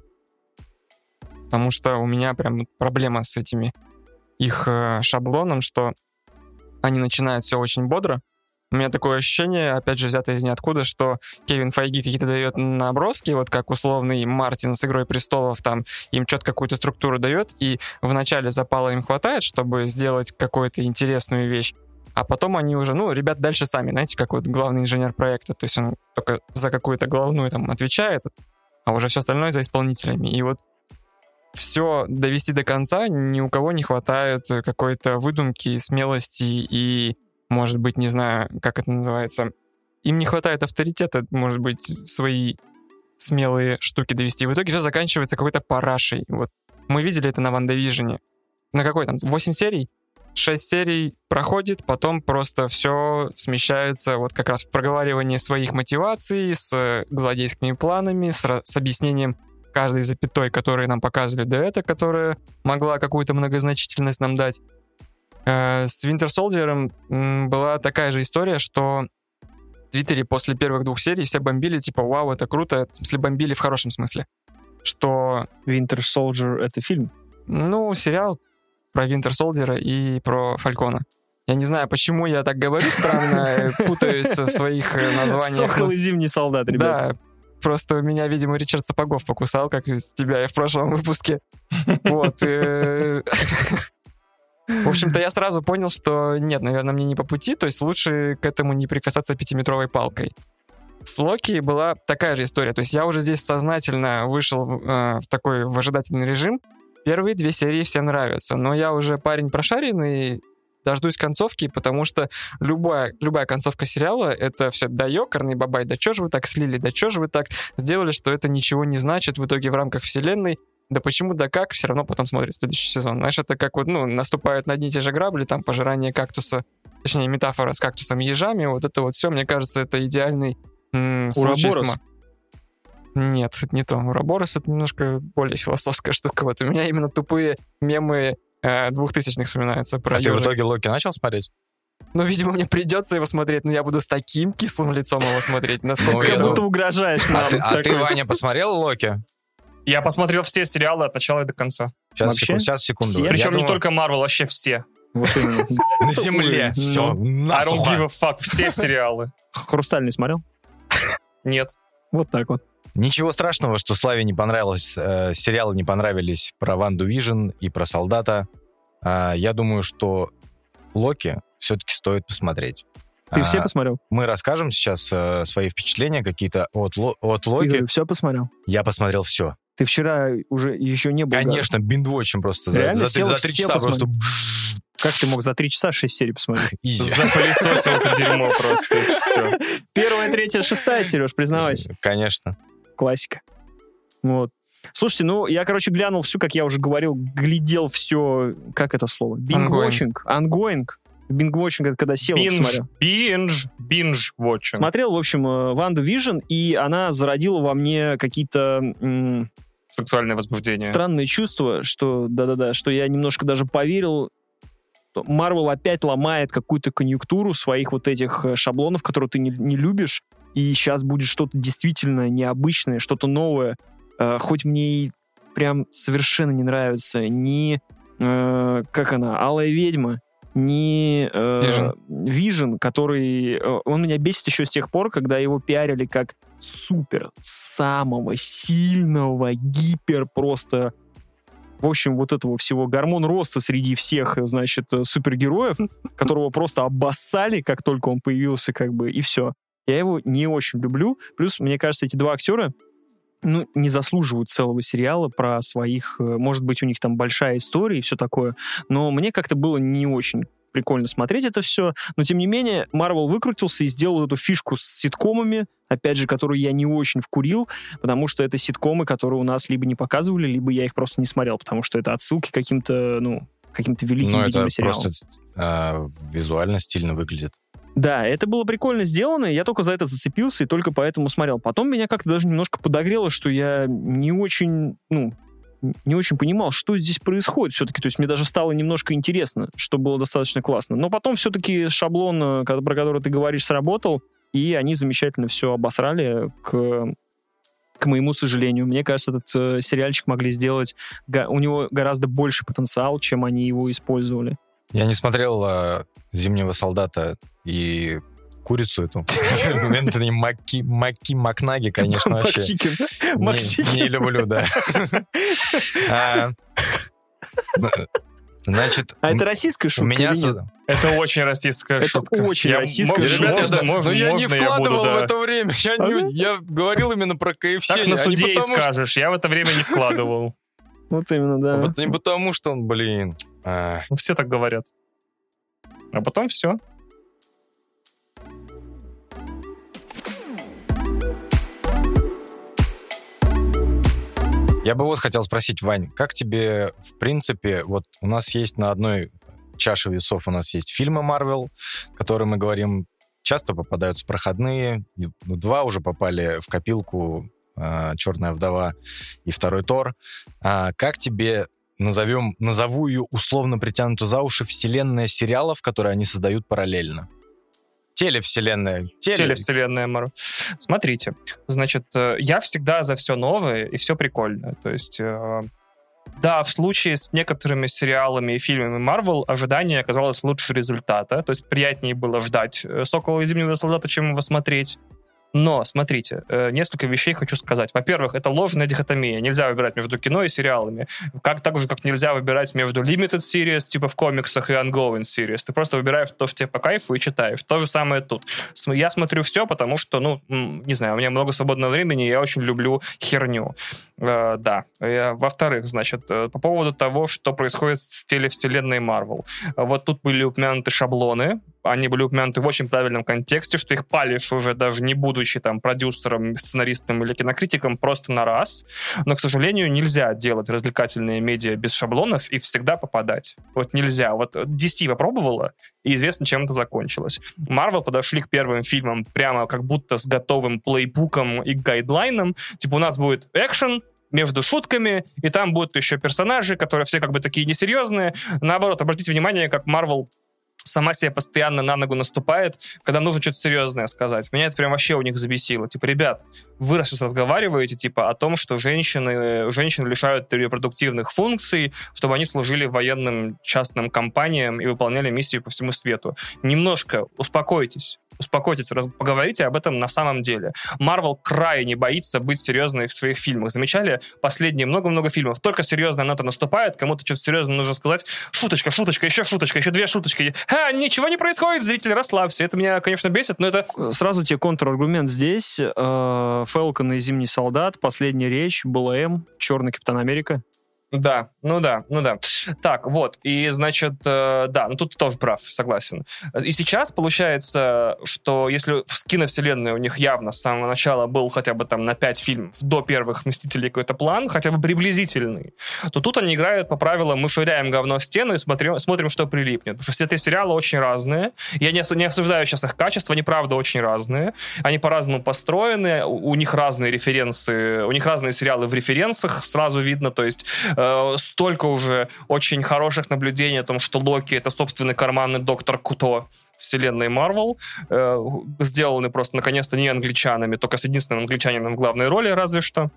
потому что у меня прям проблема с этими их э, шаблоном, что они начинают все очень бодро. У меня такое ощущение, опять же, взятое из ниоткуда, что Кевин Файги какие-то дает наброски, вот как условный Мартин с «Игрой престолов», там им что-то какую-то структуру дает, и в начале запала им хватает, чтобы сделать какую-то интересную вещь, а потом они уже, ну, ребят дальше сами, знаете, как вот главный инженер проекта, то есть он только за какую-то главную там отвечает, а уже все остальное за исполнителями. И вот все довести до конца ни у кого не хватает какой-то выдумки, смелости и, может быть, не знаю, как это называется, им не хватает авторитета, может быть, свои смелые штуки довести. В итоге все заканчивается какой-то парашей. Вот мы видели это на Ванда Вижне. На какой там? восемь серий? шесть серий проходит, потом просто все смещается вот как раз в проговаривании своих мотиваций с гвардейскими планами, с, с объяснением каждой запятой, которые нам показывали до этого, которая могла какую-то многозначительность нам дать. Э, с Winter Soldier м, была такая же история, что в Твиттере после первых двух серий все бомбили, типа, вау, это круто, в смысле бомбили в хорошем смысле. Что... Winter Soldier — это фильм? Ну, сериал про Winter Soldier и про Фалькона. Я не знаю, почему я так говорю странно, путаюсь в своих названиях. Сокол и Зимний солдат, ребят. Да, просто меня, видимо, Ричард Сапогов покусал, как из тебя в прошлом выпуске. Вот. В общем-то, я сразу понял, что нет, наверное, мне не по пути, то есть лучше к этому не прикасаться пятиметровой палкой. С Локи была такая же история, то есть я уже здесь сознательно вышел в такой выжидательный режим. Первые две серии всем нравятся, но я уже парень прошаренный, дождусь концовки, потому что любая, любая концовка сериала — это все да ёкарный бабай, да чё ж вы так слили, да чё ж вы так сделали, что это ничего не значит в итоге в рамках вселенной, да почему, да как, все равно потом смотрит следующий сезон. Знаешь, это как вот, ну, наступают на одни и те же грабли, там, пожирание кактуса, точнее, метафора с кактусом и ежами, вот это вот все, мне кажется, это идеальный м- случай. Уроборос? Нет, это не то. Уроборос — это немножко более философская штука. Вот у меня именно тупые мемы двухтысячных вспоминается про А ежик. ты в итоге Локи начал смотреть? Ну, видимо, мне придется его смотреть, но я буду с таким кислым лицом его смотреть, насколько Ну, я Как я думаю. будто угрожаешь нам. А ты, а ты, Такой, Ваня, посмотрел Локи? Я посмотрел все сериалы от начала и до конца. Сейчас, Вообще? секунду, сейчас, секунду. Все? Я Причем не думаю, только Marvel, вообще все. Вот именно. на земле. Ну, Все, I don't насухо. give a fuck. Все сериалы. Хрустальный смотрел? Нет. Вот так вот. Ничего страшного, что Славе не понравилось, э, сериалы не понравились про Ванду Вижн и про Солдата. Э, я думаю, что Локи все-таки стоит посмотреть. Ты А, все посмотрел? Мы расскажем сейчас э, свои впечатления какие-то от, Ло- от Локи. Ты все посмотрел? Я посмотрел все. Ты вчера уже еще не был. Конечно, биндвотчем просто. За, Реально за, три- сел за все три часа посмотреть? просто... да? Как ты мог за три часа шесть серий посмотреть? Изи. Запылесосил это дерьмо просто, и все. Первая, третья, шестая, Сереж, признавайся. Конечно. Классика. Вот. Слушайте, ну, я, короче, глянул всю, как я уже говорил, глядел все, как это слово? Бингвотчинг? Ангоинг. Бингвотчинг — это когда сел и Бинж, посмотрел. бинж, бинж-вотчинг. Смотрел, в общем, э, Ванду Вижн, и она зародила во мне какие-то м, Сексуальное возбуждение. странные чувства, что да-да-да, что я немножко даже поверил, что Марвел опять ломает какую-то конъюнктуру своих вот этих э, шаблонов, которые ты не, не любишь, и сейчас будет что-то действительно необычное, что-то новое. Э, хоть мне и прям совершенно не нравится ни, э, как она, Алая ведьма, ни э, Вижн, который... э, он меня бесит еще с тех пор, когда его пиарили как супер, самого сильного, гипер просто... В общем, вот этого всего гормон роста среди всех, значит, супергероев, которого просто обоссали, как только он появился, как бы, и все. Я его не очень люблю. Плюс, мне кажется, эти два актера, ну, не заслуживают целого сериала про своих... э, Может быть, у них там большая история и все такое, но мне как-то было не очень прикольно смотреть это все. Но, тем не менее, Марвел выкрутился и сделал эту фишку с ситкомами, опять же, которую я не очень вкурил, потому что это ситкомы, которые у нас либо не показывали, либо я их просто не смотрел, потому что это отсылки к каким-то, ну, каким-то великим, Ну, видимо, это сериалам. просто э, визуально стильно выглядит. Да, это было прикольно сделано, я только за это зацепился и только поэтому смотрел. Потом меня как-то даже немножко подогрело, что я не очень, ну, не очень понимал, что здесь происходит все-таки. То есть мне даже стало немножко интересно, что было достаточно классно. Но потом все-таки шаблон, э, ко- про который ты говоришь, сработал, и они замечательно все обосрали, к, к моему сожалению. Мне кажется, этот э, сериальчик могли сделать... га- у него гораздо больше потенциал, чем они его использовали. Я не смотрел э, «Зимнего солдата» и курицу эту. Энтони Маки, Маки Макнаги, конечно, вообще. Максикин. Не, Максикин. не люблю, да. А, Значит, А это российская у шутка меня... или со- нет? Это очень российская Это шутка. очень Я- российская мо- шутка. Ребята, можно, да, можно, но я не можно я вкладывал буду, в да. это время. Я, не- Ага. я говорил именно про КФС. Так на а не суде и потому, что- скажешь. Я в это время не вкладывал. Вот именно, да. Вот не потому, что он, блин... а, Ну, все так говорят. А потом все. Я бы вот хотел спросить, Вань, как тебе, в принципе, вот у нас есть на одной чаше весов, у нас есть фильмы Marvel, которые мы говорим, часто попадаются проходные, и, ну, два уже попали в копилку, э, «Черная вдова» и второй Тор. А как тебе, назовем, назову ее условно притянутую за уши, вселенная сериалов, которые они создают параллельно? Телевселенная. Теле... Телевселенная Марвел. Смотрите, значит, э, я всегда за все новое и все прикольное. То есть, э, да, в случае с некоторыми сериалами и фильмами Marvel ожидание оказалось лучше результата. То есть приятнее было ждать э, «Сокола и Зимнего солдата», чем его смотреть. Но, смотрите, э, несколько вещей хочу сказать. Во-первых, это ложная дихотомия. Нельзя выбирать между кино и сериалами. Как, так же, как нельзя выбирать между limited series, типа в комиксах, и ongoing series. Ты просто выбираешь то, что тебе по кайфу, и читаешь. То же самое тут. См- Я смотрю все, потому что, ну, м, не знаю, у меня много свободного времени, и я очень люблю херню. Э, да. Э, Во-вторых, значит, э, по поводу того, что происходит с телевселенной Marvel. Э, Вот тут были упомянуты шаблоны. Они были упомянуты в очень правильном контексте, что их палишь уже даже не будучи там продюсером, сценаристом или кинокритиком, просто на раз. Но, к сожалению, нельзя делать развлекательные медиа без шаблонов и всегда попадать. Вот нельзя. Вот ди си попробовала, и известно, чем это закончилось. Marvel подошли к первым фильмам прямо как будто с готовым плейбуком и гайдлайном. Типа у нас будет экшен, между шутками, и там будут еще персонажи, которые все как бы такие несерьезные. Наоборот, обратите внимание, как Marvel сама себе постоянно на ногу наступает, когда нужно что-то серьезное сказать. Меня это прям вообще у них забесило. Типа, ребят, вы раз сейчас разговариваете, типа, о том, что женщины, женщины лишают репродуктивных функций, чтобы они служили военным частным компаниям и выполняли миссию по всему свету. Немножко успокойтесь. Успокойтесь, раз, поговорите об этом на самом деле. Марвел крайне боится быть серьезной в своих фильмах. Замечали? Последние много-много фильмов. Только серьезная нота наступает, кому-то что-то серьезно нужно сказать. Шуточка, шуточка, еще шуточка, еще две шуточки. Ха, ничего не происходит, зритель, расслабься. Это меня, конечно, бесит, но это... Сразу тебе контраргумент здесь. Фэлкон и Зимний солдат, последняя речь, БЛМ, Черный Капитан Америка. Да, ну да, ну да. Так, вот, и, значит, э, да, ну тут ты тоже прав, согласен. И сейчас получается, что если в киновселенной у них явно с самого начала был хотя бы там на пять фильмов до первых «Мстителей» какой-то план, хотя бы приблизительный, то тут они играют по правилам «мы швыряем говно в стену и смотрим, смотрим, что прилипнет». Потому что все эти сериалы очень разные. Я не, не обсуждаю сейчас их качество, они правда очень разные. Они по-разному построены, у, у них разные референсы, у них разные сериалы в референсах, сразу видно, то есть столько уже очень хороших наблюдений о том, что Локи — это собственный карманный доктор Куто вселенной Марвел, э, сделаны просто наконец-то не англичанами, только с единственным англичанином в главной роли, разве что.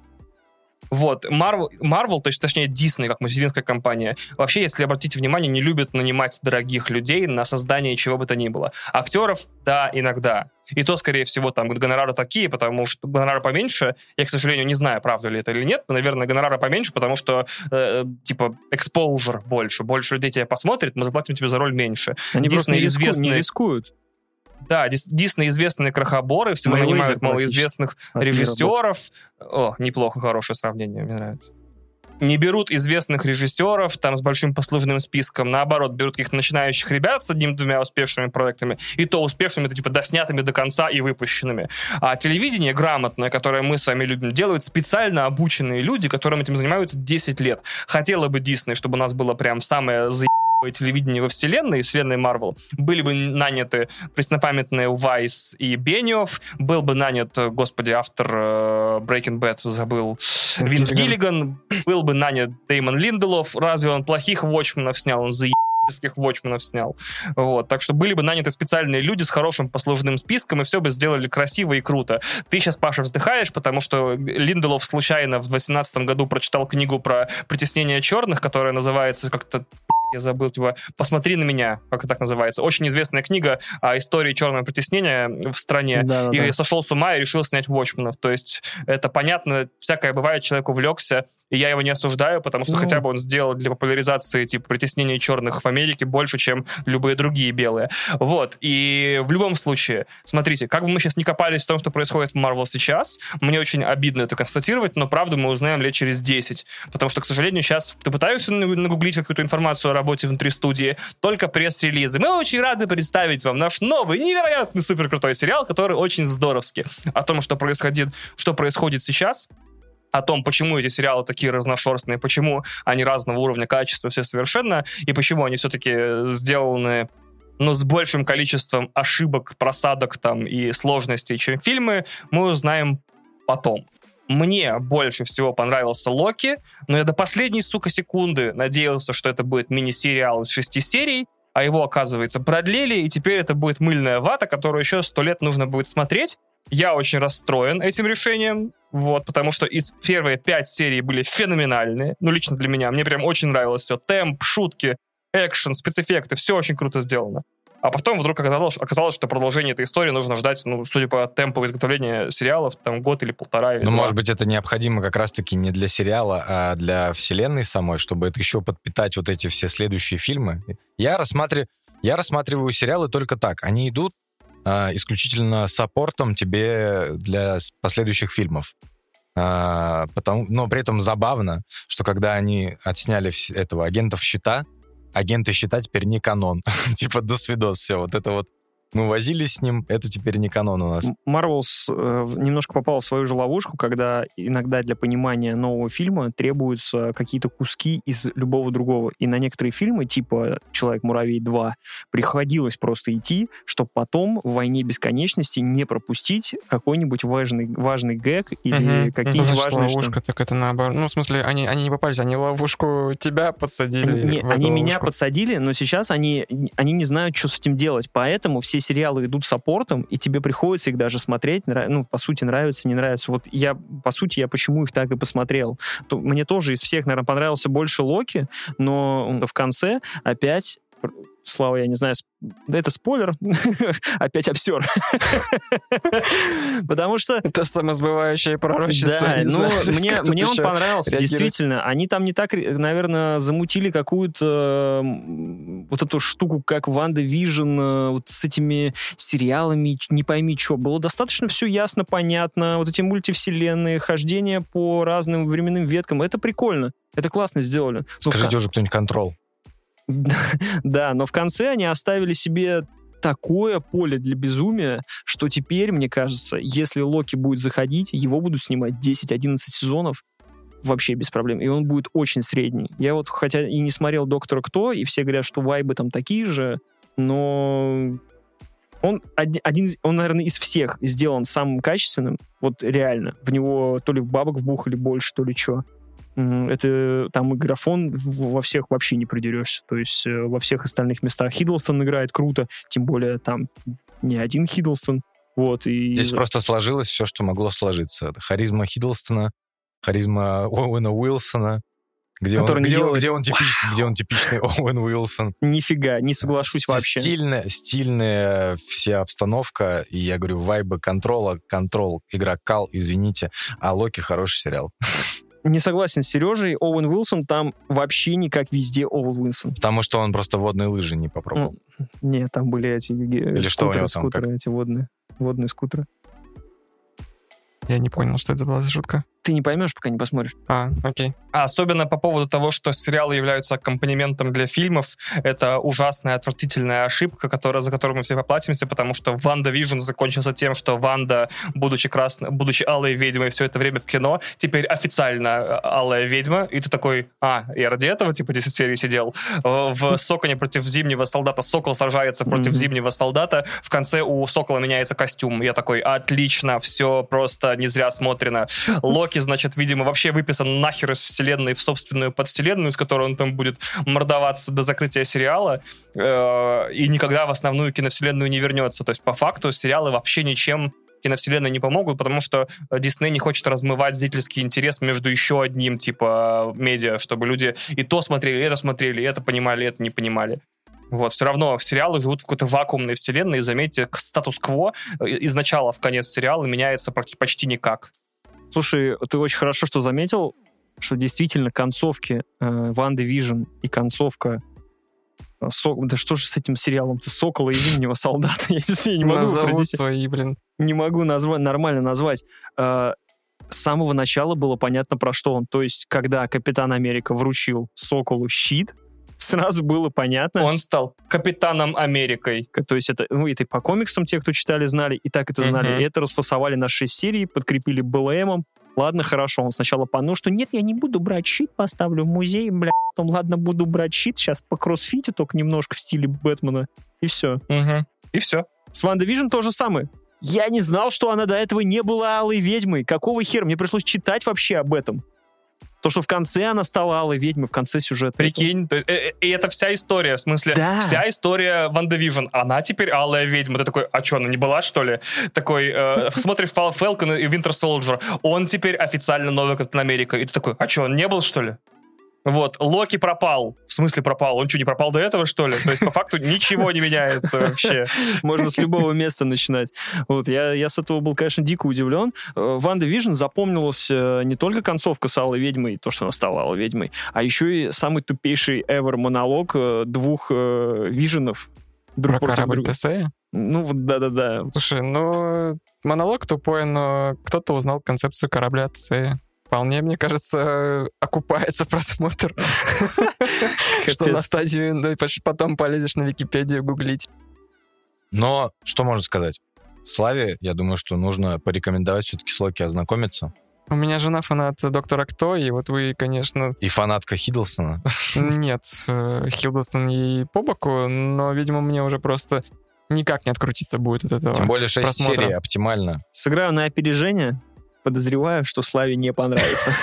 Вот, Marvel, Marvel, то есть, точнее, Disney, как материнская компания, вообще, если обратите внимание, не любит нанимать дорогих людей на создание чего бы то ни было. Актеров, да, иногда. И то, скорее всего, там гонорары такие, потому что гонорары поменьше. Я, к сожалению, не знаю, правда ли это или нет, но, наверное, гонорары поменьше, потому что, э, типа, exposure больше. Больше людей тебя посмотрит, мы заплатим тебе за роль меньше. Они Disney просто не, риску, известные... не рискуют. Да, Дисней известные крохоборы, всегда Мэй нанимают Уэйзер малоизвестных режиссеров. О, неплохо, хорошее сравнение, мне нравится. Не берут известных режиссеров там с большим послужным списком, наоборот, берут каких-то начинающих ребят с одним-двумя успешными проектами, и то успешными, это типа доснятыми до конца и выпущенными. А телевидение грамотное, которое мы с вами любим, делают специально обученные люди, которым этим занимаются десять лет. Хотела бы Дисней, чтобы у нас было прям самое заебанное телевидение во вселенной, вселенной Марвел, были бы наняты преснопамятные Вайс и Бениофф, был бы нанят, господи, автор э, Breaking Bad, забыл, Винс Гиллиган, был бы нанят Дэймон Линделов, разве он плохих Watchmen'ов снял, он заебических Watchmen'ов снял. Вот. Так что были бы наняты специальные люди с хорошим послужным списком, и все бы сделали красиво и круто. Ты сейчас, Паша, вздыхаешь, потому что Линделов случайно в восемнадцатом году прочитал книгу про притеснение черных, которая называется как-то... Я забыл, типа, «Посмотри на меня», как это так называется. Очень известная книга о истории черного притеснения в стране. Да, и да. Сошел с ума и решил снять Watchmen'ов. То есть это понятно, всякое бывает, человек увлекся, и я его не осуждаю, потому что ну. хотя бы он сделал для популяризации типа притеснения черных в Америке больше, чем любые другие белые. Вот. И в любом случае, смотрите, как бы мы сейчас не копались в том, что происходит в Marvel сейчас, мне очень обидно это констатировать, но правду мы узнаем лет через десять. Потому что, к сожалению, сейчас ты пытаешься нагуглить какую-то информацию о работе внутри студии, только пресс-релизы. Мы очень рады представить вам наш новый, невероятный, суперкрутой сериал, который очень здоровский. О том, что происходит, что происходит сейчас, о том, почему эти сериалы такие разношерстные, почему они разного уровня качества все совершенно, и почему они все-таки сделаны, ну, с большим количеством ошибок, просадок там и сложностей, чем фильмы, мы узнаем потом. Мне больше всего понравился Локи, но я до последней, сука, секунды надеялся, что это будет мини-сериал из шести серий, а его, оказывается, продлили, и теперь это будет мыльная вата, которую еще сто лет нужно будет смотреть. Я очень расстроен этим решением, вот, потому что из первые пять серий были феноменальные, ну, лично для меня, мне прям очень нравилось все, темп, шутки, экшен, спецэффекты, все очень круто сделано. А потом вдруг оказалось, оказалось, что продолжение этой истории нужно ждать, ну, судя по темпу изготовления сериалов, там, год или полтора. Или ну, два. Может быть, это необходимо как раз-таки не для сериала, а для вселенной самой, чтобы это еще подпитать вот эти все следующие фильмы. Я, рассматр... Я рассматриваю сериалы только так. Они идут а, исключительно саппортом тебе для последующих фильмов. А, потому... Но при этом забавно, что когда они отсняли этого агентов щита, агенты щита теперь не канон. Типа, до свидос, все. Вот это вот мы возились с ним, это теперь не канон у нас. Марвелс э, немножко попал в свою же ловушку, когда иногда для понимания нового фильма требуются какие-то куски из любого другого. И на некоторые фильмы, типа «Человек-муравей два», приходилось просто идти, чтобы потом в «Войне бесконечности» не пропустить какой-нибудь важный, важный гэг или угу. какие-нибудь ну, важные... ловушка, что... так это наоборот. Ну, в смысле, они, они не попались, они в ловушку тебя подсадили. Не, они меня подсадили, но сейчас они, они не знают, что с этим делать. Поэтому все сериалы идут саппортом, и тебе приходится их даже смотреть, ну, по сути, нравится, не нравится. Вот я, по сути, я почему их так и посмотрел. То, мне тоже из всех, наверное, понравился больше Локи, но в конце опять Слава, я не знаю, да это спойлер, опять обсер. Потому что... Это самосбывающее пророчество. Да, ну, мне, мне он понравился, реагирует. Действительно. Они там не так, наверное, замутили какую-то вот эту штуку, как Ванда Вижн, вот с этими сериалами, не пойми что. Было достаточно все ясно, понятно. Вот эти мультивселенные, хождения по разным временным веткам. Это прикольно. Это классно сделали. Скажите ну, уже кто-нибудь контрол. Да, но в конце они оставили себе такое поле для безумия, что теперь, мне кажется, если Локи будет заходить, его будут снимать десять-одиннадцать сезонов вообще без проблем, и он будет очень средний. Я вот, хотя и не смотрел «Доктора Кто», и все говорят, что вайбы там такие же, но он один, он, наверное, из всех сделан самым качественным, вот реально. В него то ли в бабок вбухали больше, то ли что. Это там и графон во всех вообще не придерешься. То есть э, во всех остальных местах Хиддлстон играет круто, тем более там не один Хиддлстон. Вот, и... Здесь просто сложилось все, что могло сложиться. Харизма Хиддлстона, харизма Оуэна Уилсона, где он, где, делает... где, он типич... где он типичный Оуэн Уилсон. Нифига, не соглашусь Ст- вообще. Стильная, стильная вся обстановка, и я говорю, вайбы контрола, контрол, игра кал, извините, а Локи хороший сериал. Не согласен с Сережей. Оуэн Уилсон там вообще не как везде Оуэн Уилсон. Потому что он просто водные лыжи не попробовал. Ну, нет, там были эти Или скутеры, что у него там скутеры как? эти водные, водные скутеры. Я не понял, что это за была за шутка. Ты не поймешь, пока не посмотришь. А, окей. А особенно по поводу того, что сериалы являются аккомпанементом для фильмов, это ужасная, отвратительная ошибка, которая, за которую мы все поплатимся, потому что Ванда Вижн закончился тем, что Ванда, будучи, красно, будучи алой ведьмой все это время в кино, теперь официально алая ведьма, и ты такой, а, я ради этого типа десять серий сидел. В «Соконе против Зимнего солдата» Сокол сражается против mm-hmm. Зимнего солдата, в конце у Сокола меняется костюм. Я такой, отлично, все просто не зря смотрено. Локи, значит, видимо, вообще выписан нахер из вселенной в собственную подвселенную, с которой он там будет мордоваться до закрытия сериала, э, и никогда в основную киновселенную не вернется. То есть, по факту, сериалы вообще ничем киновселенной не помогут, потому что Дисней не хочет размывать зрительский интерес между еще одним, типа, медиа, чтобы люди и то смотрели, и это смотрели, и это понимали, и это не понимали. Вот, все равно сериалы живут в какой-то вакуумной вселенной, и, заметьте, статус-кво из начала в конец сериала меняется почти никак. Слушай, ты очень хорошо что заметил, что действительно концовки э, Ванды Вижн и концовка э, Со... да что же с этим сериалом-то Сокола и Зимнего солдата? Я не, не могу Назовут свои, блин. Не могу назвать, нормально назвать. Э, с самого начала было понятно, про что он. То есть, когда Капитан Америка вручил Соколу щит, сразу было понятно. Он стал Капитаном Америкой. То есть это, ну, это по комиксам те, кто читали, знали, и так это знали. Uh-huh. И это расфасовали на шесть серий, подкрепили БЛМом. Ладно, хорошо, он сначала понул, что нет, я не буду брать щит, поставлю в музей, бля, потом, ладно, буду брать щит, сейчас по кроссфите, только немножко в стиле Бэтмена, и все. Uh-huh. И все. С Ванда Вижн то же самое. Я не знал, что она до этого не была алой ведьмой. Какого хера? Мне пришлось читать вообще об этом. То, что в конце она стала алой ведьмой, в конце сюжета. Прикинь, то есть, э, э, и это вся история, в смысле, да. вся история Ванда Вижн. Она теперь алая ведьма. Ты такой, а что, она не была, что ли? Такой, э, смотришь Фалкон и Винтер Солджер, он теперь официально новый Капитан Америка. И ты такой, а что, он не был, что ли? Вот, Локи пропал. В смысле пропал? Он что, не пропал до этого, что ли? То есть, по факту, ничего не меняется вообще. Можно с любого места начинать. Вот, я, я с этого был, конечно, дико удивлен. Ванда Вижн запомнилась не только концовка с алой ведьмой, то, что она стала алой ведьмой, а еще и самый тупейший ever монолог двух э, Вижнов. Друг Про корабль Тесея? Ну, да-да-да. Слушай, ну, монолог тупой, но кто-то узнал концепцию корабля Тесея. Вполне, мне кажется, окупается просмотр. Что на стадию, потом полезешь на Википедию гуглить. Но что можно сказать? Славе, я думаю, что нужно порекомендовать все-таки с Локи ознакомиться. У меня жена фанат Доктора Кто, и вот вы, конечно... И фанатка Хиддлстона? Нет, Хиддлстон ей по боку, но, видимо, мне уже просто никак не открутиться будет от этого. Тем более шесть серий, оптимально. Сыграю на опережение. Подозреваю, что Славе не понравится.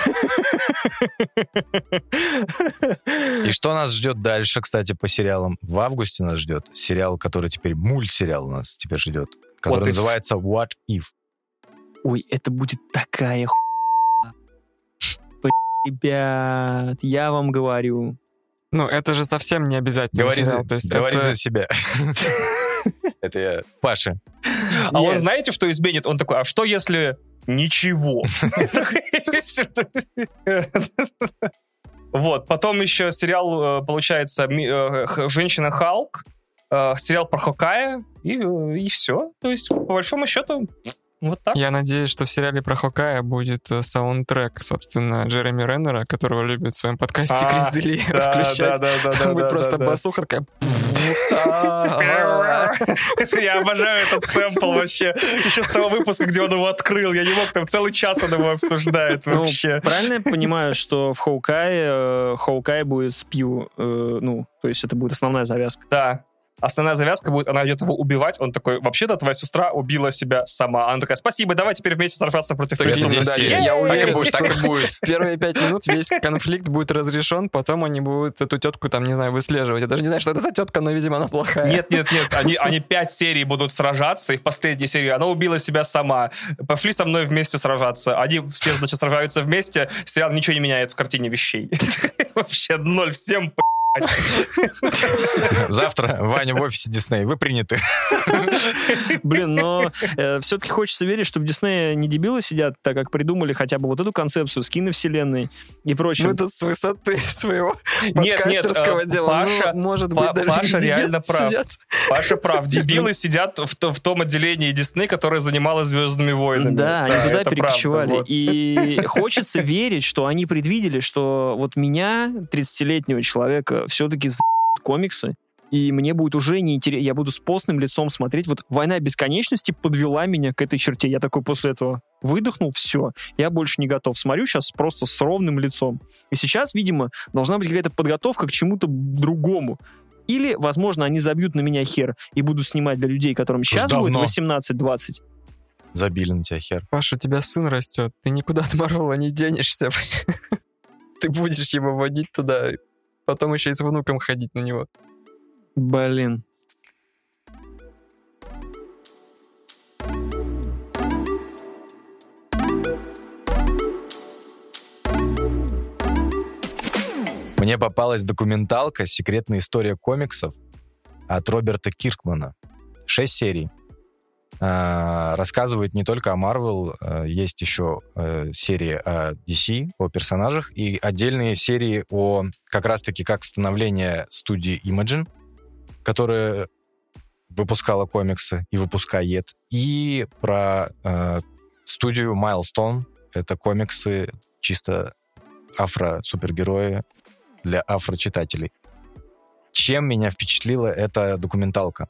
И что нас ждет дальше, кстати, по сериалам? В августе нас ждет сериал, который теперь мультсериал у нас теперь ждет, который What называется if? What If. Ой, это будет такая хуйня. Ребят, я вам говорю, Ну, это же совсем не обязательно. Говори, сериал, за, то есть говори это... за себя. Это я, Паша. А он знаете, что изменит? Он такой, а что если ничего? Вот, потом еще сериал, получается, «Женщина Халк», сериал про Хоккая, и, и все. То есть, по большому счету, вот так. Я надеюсь, что в сериале про Хоккая будет саундтрек, собственно, Джереми Реннера, которого любит в своем подкасте А, Крис Дели да, включать. да, да, да, Там да, будет да, просто да. басуха такая... Я обожаю этот сэмпл вообще. Еще с того выпуска, где он его открыл. Я не мог, там целый час он его обсуждает Ну, вообще. правильно я понимаю, что в Хоукае э, Хоукай будет с Пью, э, ну, то есть это будет основная завязка. Да. Основная завязка будет, она идет его убивать. Он такой, вообще-то твоя сестра убила себя сама. Она такая, спасибо, давай теперь вместе сражаться против Так твоей это сестры. десять Да, серий. я Так и уверен, будет, что- Так и будет. Первые пять минут весь конфликт будет разрешен, потом они будут эту тетку там, не знаю, выслеживать. Я даже не знаю, что это за тетка, но, видимо, она плохая. Нет, нет, нет, они, они пять серий будут сражаться, и в последней серии она убила себя сама. Пошли со мной вместе сражаться. Они все, значит, сражаются вместе, сериал ничего не меняет в картине вещей. Вообще ноль, всем п***. Завтра Ваня в офисе Дисней. Вы приняты. Блин, но э, все-таки хочется верить, что в Диснее не дебилы сидят, так как придумали хотя бы вот эту концепцию с киновселенной и прочим. Ну, это с высоты своего Нет, нет, подкастерского э, дела. Паша- Ну, может Па- быть, даже Паша дебилы реально прав. сидят. Паша прав. Дебилы сидят в, то- в том отделении Дисней, которое занималось «Звездными войнами». Да, они туда это перекочевали. правда, вот. И хочется верить, что они предвидели, что вот меня, тридцатилетнего человека, все-таки за***ют комиксы, и мне будет уже неинтересно, я буду с постным лицом смотреть. Вот «Война бесконечности» подвела меня к этой черте. Я такой после этого выдохнул, все, я больше не готов. Смотрю сейчас просто с ровным лицом. И сейчас, видимо, должна быть какая-то подготовка к чему-то другому. Или, возможно, они забьют на меня хер и будут снимать для людей, которым сейчас Давно. будет восемнадцать-двадцать. Забили на тебя хер. Паша, у тебя сын растет, ты никуда от Марвела не денешься. Ты будешь его водить туда, потом еще и с внуком ходить на него. Блин. Мне попалась документалка «Секретная история комиксов» от Роберта Киркмана. Шесть серий. А, рассказывает не только о Marvel, а, есть еще а, серии о ди си, о персонажах, и отдельные серии о как раз-таки как становление студии Imagine, которая выпускала комиксы и выпускает, и про а, студию Milestone. Это комиксы чисто афро-супергерои для афрочитателей. Чем меня впечатлила эта документалка?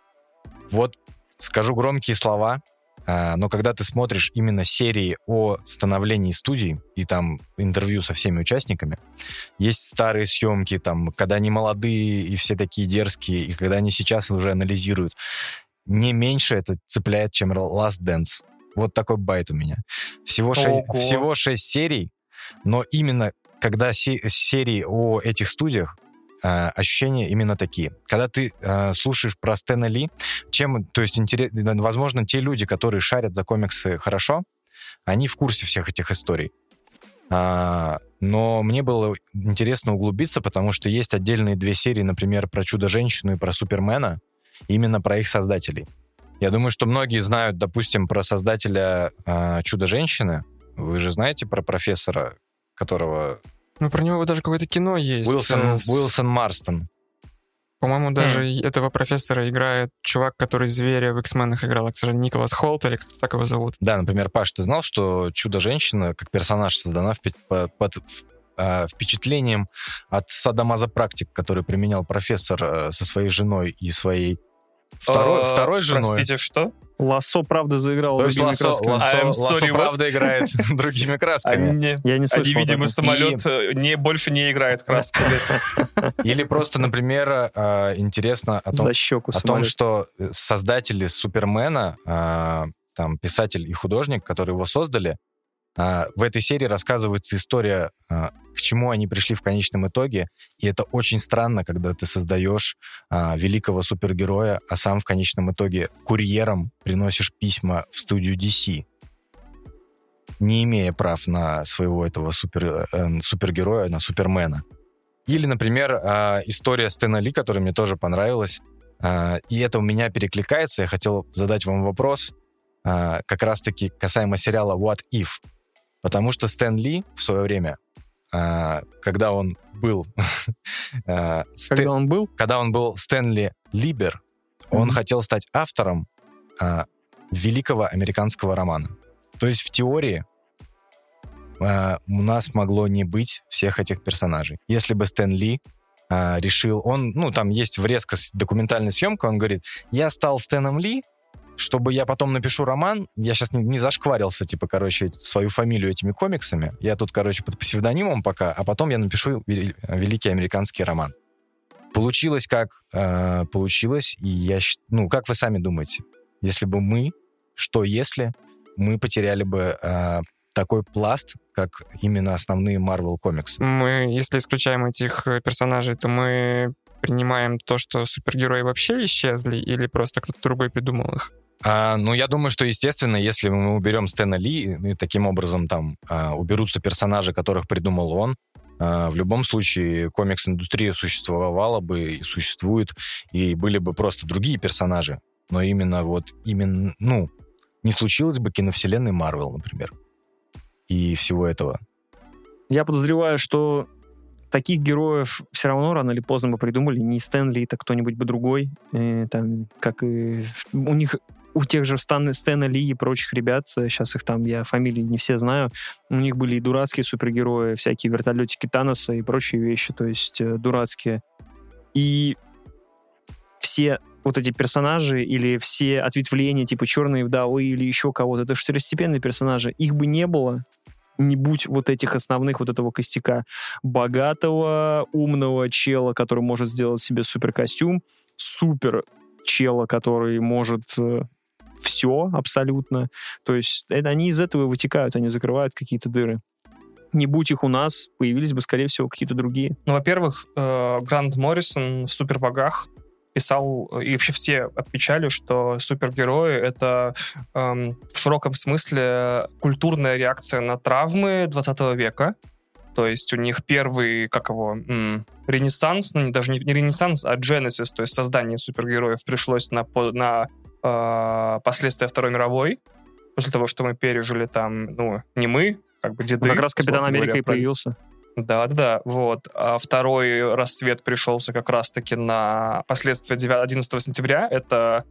Вот скажу громкие слова, а, но когда ты смотришь именно серии о становлении студий, и там интервью со всеми участниками, есть старые съемки, там, когда они молодые и все такие дерзкие, и когда они сейчас уже анализируют, не меньше это цепляет, чем Last Dance. Вот такой байт у меня. Всего, шесть, Ого. всего шесть серий, но именно когда се- серии о этих студиях, э, ощущения именно такие. Когда ты э, слушаешь про Стэна Ли, чем, то есть, интерес, возможно, те люди, которые шарят за комиксы хорошо, они в курсе всех этих историй. А, но мне было интересно углубиться, потому что есть отдельные две серии, например, про Чудо-женщину и про Супермена, именно про их создателей. Я думаю, что многие знают, допустим, про создателя э, Чудо-женщины. Вы же знаете про профессора, которого... Ну, про него даже какое-то кино есть. Уилсон, э, с- Уилсон Марстон. По-моему, даже и этого профессора играет чувак, который Зверя в X-менах играл, к сожалению, Николас Холт, или как так его зовут. Да, например, Паш, ты знал, что Чудо-женщина как персонаж создана впе- по- под в- а, впечатлением от садомазопрактик, который применял профессор э, со своей женой и своей второй, Э, второй женой? Простите, что? Лассо, правда, заиграл То есть другими Лассо, красками. Лассо, I'm Лассо sorry, what? правда играет другими красками. Они, Я не слышал. они, видимо, об этом. самолет э, не, больше не играет красками. Или просто, например, э, интересно о том, За щеку о том, самолет. что создатели Супермена, э, там, писатель и художник, которые его создали, э, в этой серии рассказывается история, э, к чему они пришли в конечном итоге, и это очень странно, когда ты создаешь э, великого супергероя, а сам в конечном итоге курьером приносишь письма в студию ди си, не имея прав на своего этого супер, э, супергероя, на Супермена. Или, например, э, история Стэна Ли, которая мне тоже понравилась. Э, и это у меня перекликается. Я хотел задать вам вопрос э, как раз-таки касаемо сериала «What If?». Потому что Стэн Ли в свое время, э, когда он был... э, Стэ... Когда он был? Когда он был Стэнли Либер, он mm-hmm. хотел стать автором э, великого американского романа. То есть в теории э, у нас могло не быть всех этих персонажей. Если бы Стэн Ли э, решил... Он, ну, там есть врезка с документальной съемкой, он говорит, я стал Стэном Ли, чтобы я потом напишу роман, я сейчас не, не зашкварился, типа, короче, свою фамилию этими комиксами, я тут, короче, под псевдонимом пока, а потом я напишу великий американский роман. Получилось как э, получилось, и я, ну, как вы сами думаете, если бы мы, что если мы потеряли бы э, такой пласт, как именно основные Marvel комиксы? Мы, если исключаем этих персонажей, то мы принимаем то, что супергерои вообще исчезли, или просто кто-то другой придумал их? А, ну, я думаю, что, естественно, если мы уберем Стэна Ли, и таким образом там а, уберутся персонажи, которых придумал он, а, в любом случае комикс-индустрия существовала бы и существует, и были бы просто другие персонажи. Но именно вот, именно, ну, не случилось бы киновселенной Марвел, например, и всего этого. Я подозреваю, что таких героев все равно рано или поздно бы придумали. Не Стэн Ли, так кто-нибудь бы другой. И, там, как и у них, у тех же Стэн, Стэна Ли и прочих ребят, сейчас их там, я фамилии не все знаю, у них были и дурацкие супергерои, всякие вертолетики Таноса и прочие вещи, то есть э, дурацкие. И все вот эти персонажи или все ответвления, типа Черные вдовы или еще кого-то, это же второстепенные персонажи. Их бы не было, не будь вот этих основных, вот этого костяка. Богатого, умного чела, который может сделать себе суперкостюм, супер чела, который может э, все абсолютно. То есть это, они из этого вытекают, они закрывают какие-то дыры. Не будь их у нас, появились бы, скорее всего, какие-то другие. Ну, во-первых, э, Грант Моррисон в «Супербогах» писал, и вообще все отмечали, что супергерои — это эм, в широком смысле культурная реакция на травмы двадцатого века. То есть у них первый, как его, м- ренессанс, ну, даже не, не ренессанс, а дженесис, то есть создание супергероев пришлось на, на э, последствия Второй мировой, после того, что мы пережили там, ну, не мы, как бы деды. Как раз Капитан Америка и появился. Да-да-да, вот. А второй рассвет пришелся как раз-таки на последствия одиннадцатого сентября. Это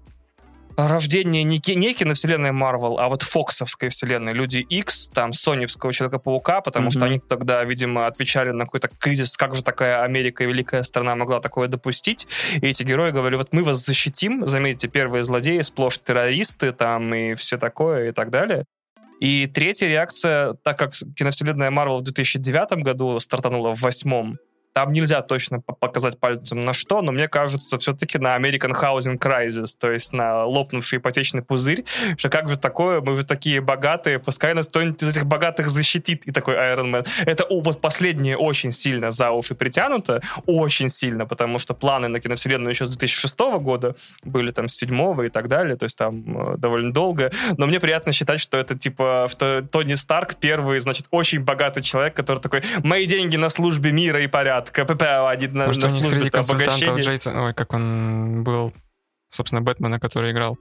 рождение не, ки- не киновселенной Marvel, а вот фоксовской вселенной. Люди Икс, там, соневского Человека-паука, потому mm-hmm. что они тогда, видимо, отвечали на какой-то кризис, как же такая Америка, великая страна, могла такое допустить. И эти герои говорили, вот мы вас защитим, заметьте, первые злодеи сплошь террористы, там, и все такое, и так далее. И третья реакция, так как киновселенная Marvel в две тысячи девятом году стартанула в восьмом, там нельзя точно показать пальцем на что, но мне кажется, все-таки на American Housing Crisis, то есть на лопнувший ипотечный пузырь, что как же такое, мы же такие богатые, пускай нас кто-нибудь из этих богатых защитит, и такой Iron Man. Это о, вот последнее очень сильно за уши притянуто, очень сильно, потому что планы на киновселенную еще с две тысячи шестого года были там с седьмого и так далее, то есть там э, довольно долго, но мне приятно считать, что это типа что Тони Старк первый, значит, очень богатый человек, который такой, мои деньги на службе мира и порядка, КПП один на, Может, на у них среди консультантов обогащения. Джейсон... Ой, как он был, собственно, Бэтмена, который играл.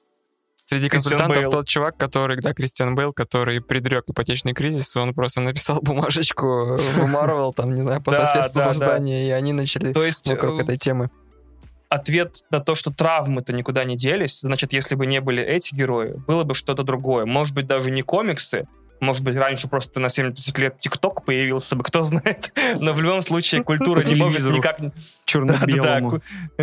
Среди Кристиан консультантов Бейл. тот чувак, который, да, Кристиан Бейл, который предрек ипотечный кризис, он просто написал бумажечку в Marvel, там, не знаю, по соседству в здании, и они начали вокруг этой темы. Ответ на то, что травмы-то никуда не делись, значит, если бы не были эти герои, было бы что-то другое. Может быть, даже не комиксы, может быть, раньше просто на семьдесят лет ТикТок появился бы, кто знает. Но в любом случае культура не может никак... Черно-белому.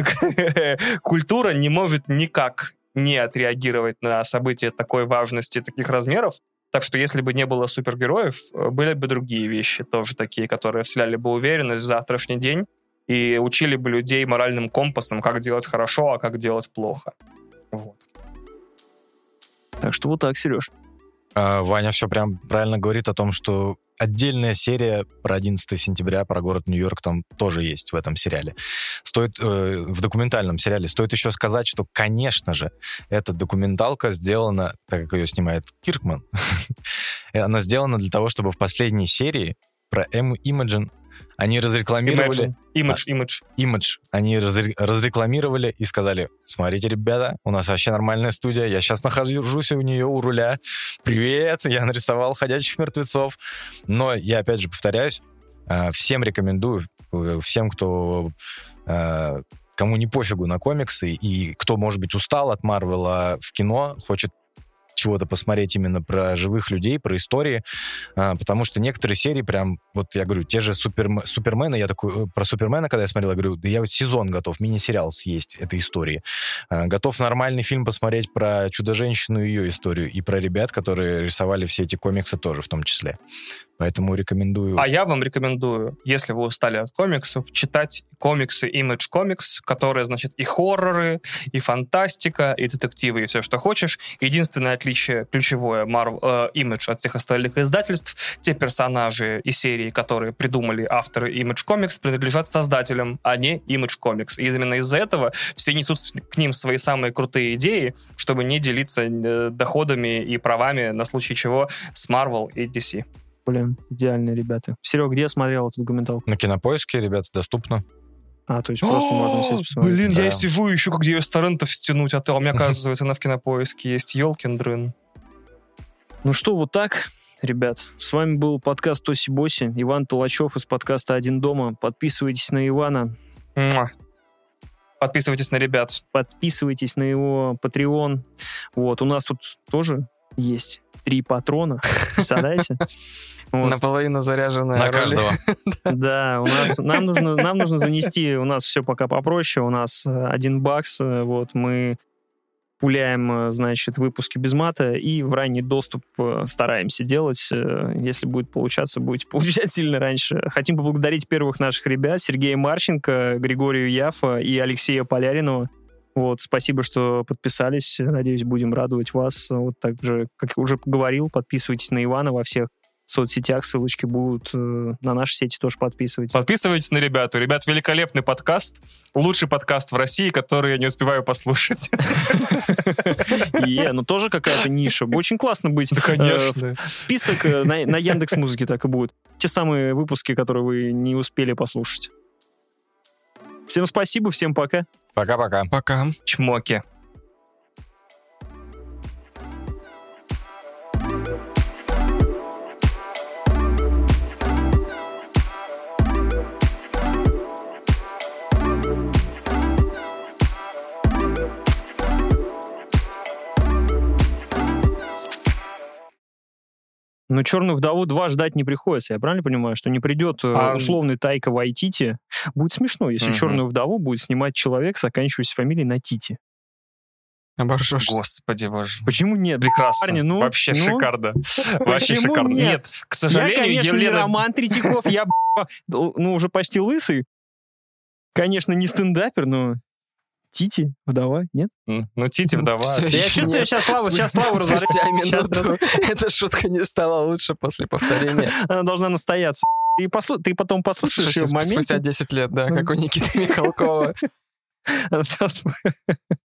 Культура не может никак не отреагировать на события такой важности, таких размеров. Так что если бы не было супергероев, были бы другие вещи, тоже такие, которые вселяли бы уверенность в завтрашний день и учили бы людей моральным компасом, как делать хорошо, а как делать плохо. Вот. Так что вот так, Сереж. Ваня все прям правильно говорит о том, что отдельная серия про одиннадцатого сентября, про город Нью-Йорк там тоже есть в этом сериале. Стоит, э, в документальном сериале. Стоит еще сказать, что, конечно же, эта документалка сделана, так как ее снимает Киркман, она сделана для того, чтобы в последней серии про Эмму Имаджин Они разрекламировали... Imagine. Image, image. Image. Они разре- разрекламировали и сказали, смотрите, ребята, у нас вообще нормальная студия, я сейчас нахожусь у нее у руля. Привет, я нарисовал «Ходячих мертвецов». Но я, опять же, повторяюсь, всем рекомендую, всем, кто... кому не пофигу на комиксы, и кто, может быть, устал от Марвела в кино, хочет чего-то посмотреть именно про живых людей, про истории, а, потому что некоторые серии прям, вот я говорю, те же Суперм... Супермены, я такой, про Супермена, когда я смотрел, я говорю, да я вот сезон готов, мини-сериал съесть этой истории. А, готов нормальный фильм посмотреть про Чудо-женщину и ее историю, и про ребят, которые рисовали все эти комиксы тоже в том числе. Поэтому рекомендую. А я вам рекомендую, если вы устали от комиксов, читать комиксы Image Comics, которые, значит, и хорроры, и фантастика, и детективы, и все, что хочешь. Единственное отличие, ключевое, Marvel, э, Image от всех остальных издательств, те персонажи и серии, которые придумали авторы Image Comics, принадлежат создателям, а не Image Comics. И именно из-за этого все несут к ним свои самые крутые идеи, чтобы не делиться э, доходами и правами на случай чего с Marvel и ди си. Блин, идеальные ребята. Серег, где я смотрел эту документалку? На Кинопоиске, ребята, доступно. А, то есть просто можно сесть посмотреть. Блин, Да. я сижу ищу, где ее с торрентов стянуть, а то у меня, оказывается, она в Кинопоиске есть. Ёлкин дрын. Ну что, вот так, ребят. С вами был подкаст Тоси-Боси. Иван Толачев из подкаста «Один дома». Подписывайтесь на Ивана. Муа. Подписывайтесь на ребят. Подписывайтесь на его Patreon. Вот, у нас тут тоже есть три патрона. Представляете? Вот. Наполовину заряженная На ролик. каждого. Да, у нас нам нужно нам нужно занести, у нас все пока попроще, у нас э, один бакс, э, вот мы пуляем, э, значит, выпуски без мата и в ранний доступ э, стараемся делать. Э, Если будет получаться, будете получать сильно раньше. Хотим поблагодарить первых наших ребят: Сергея Марченко, Григорию Яфа и Алексея Поляринова. Вот, спасибо, что подписались. Надеюсь, будем радовать вас. Вот так же, как я уже говорил, подписывайтесь на Ивана во всех соцсетях, ссылочки будут. На наши сети тоже подписывайтесь. Подписывайтесь на ребят. У ребят великолепный подкаст. Лучший подкаст в России, который я не успеваю послушать. Е, ну тоже какая-то ниша. Очень классно быть. Да, конечно. Э, в Список э, на на Яндекс.Музыке так и будет. Те самые выпуски, которые вы не успели послушать. Всем спасибо, всем пока. Пока-пока. Пока. Чмоки. Но «Черную вдову два» ждать не приходится. Я правильно понимаю, что не придет э, А- условный Тайка Вайтити? Будет смешно, если Мгм. «Черную вдову» будет снимать человек, заканчивающийся фамилией на Тити. Оборжешься. Господи боже. Почему нет? Прекрасно. Парни, ну, Вообще ну. шикарно. Вообще Почему шикарно. нет? Нет, к Я, сожалению, конечно, не Елена... Роман Третьяков, я, б***ь, ну, уже почти лысый. Конечно, не стендапер, но Тити, вдова, нет? М, Ну, Тити вдова. Всё Я ещё чувствую, нет. сейчас Слава, сейчас Спустя- Слава разорвет. Спустя Сейчас минуту эта шутка не стала лучше после повторения. Она должна настояться. Ты, послу- ты потом послушаешь ее в Спустя моменте. десять лет, да, как у Никиты Михалкова. Она сразу-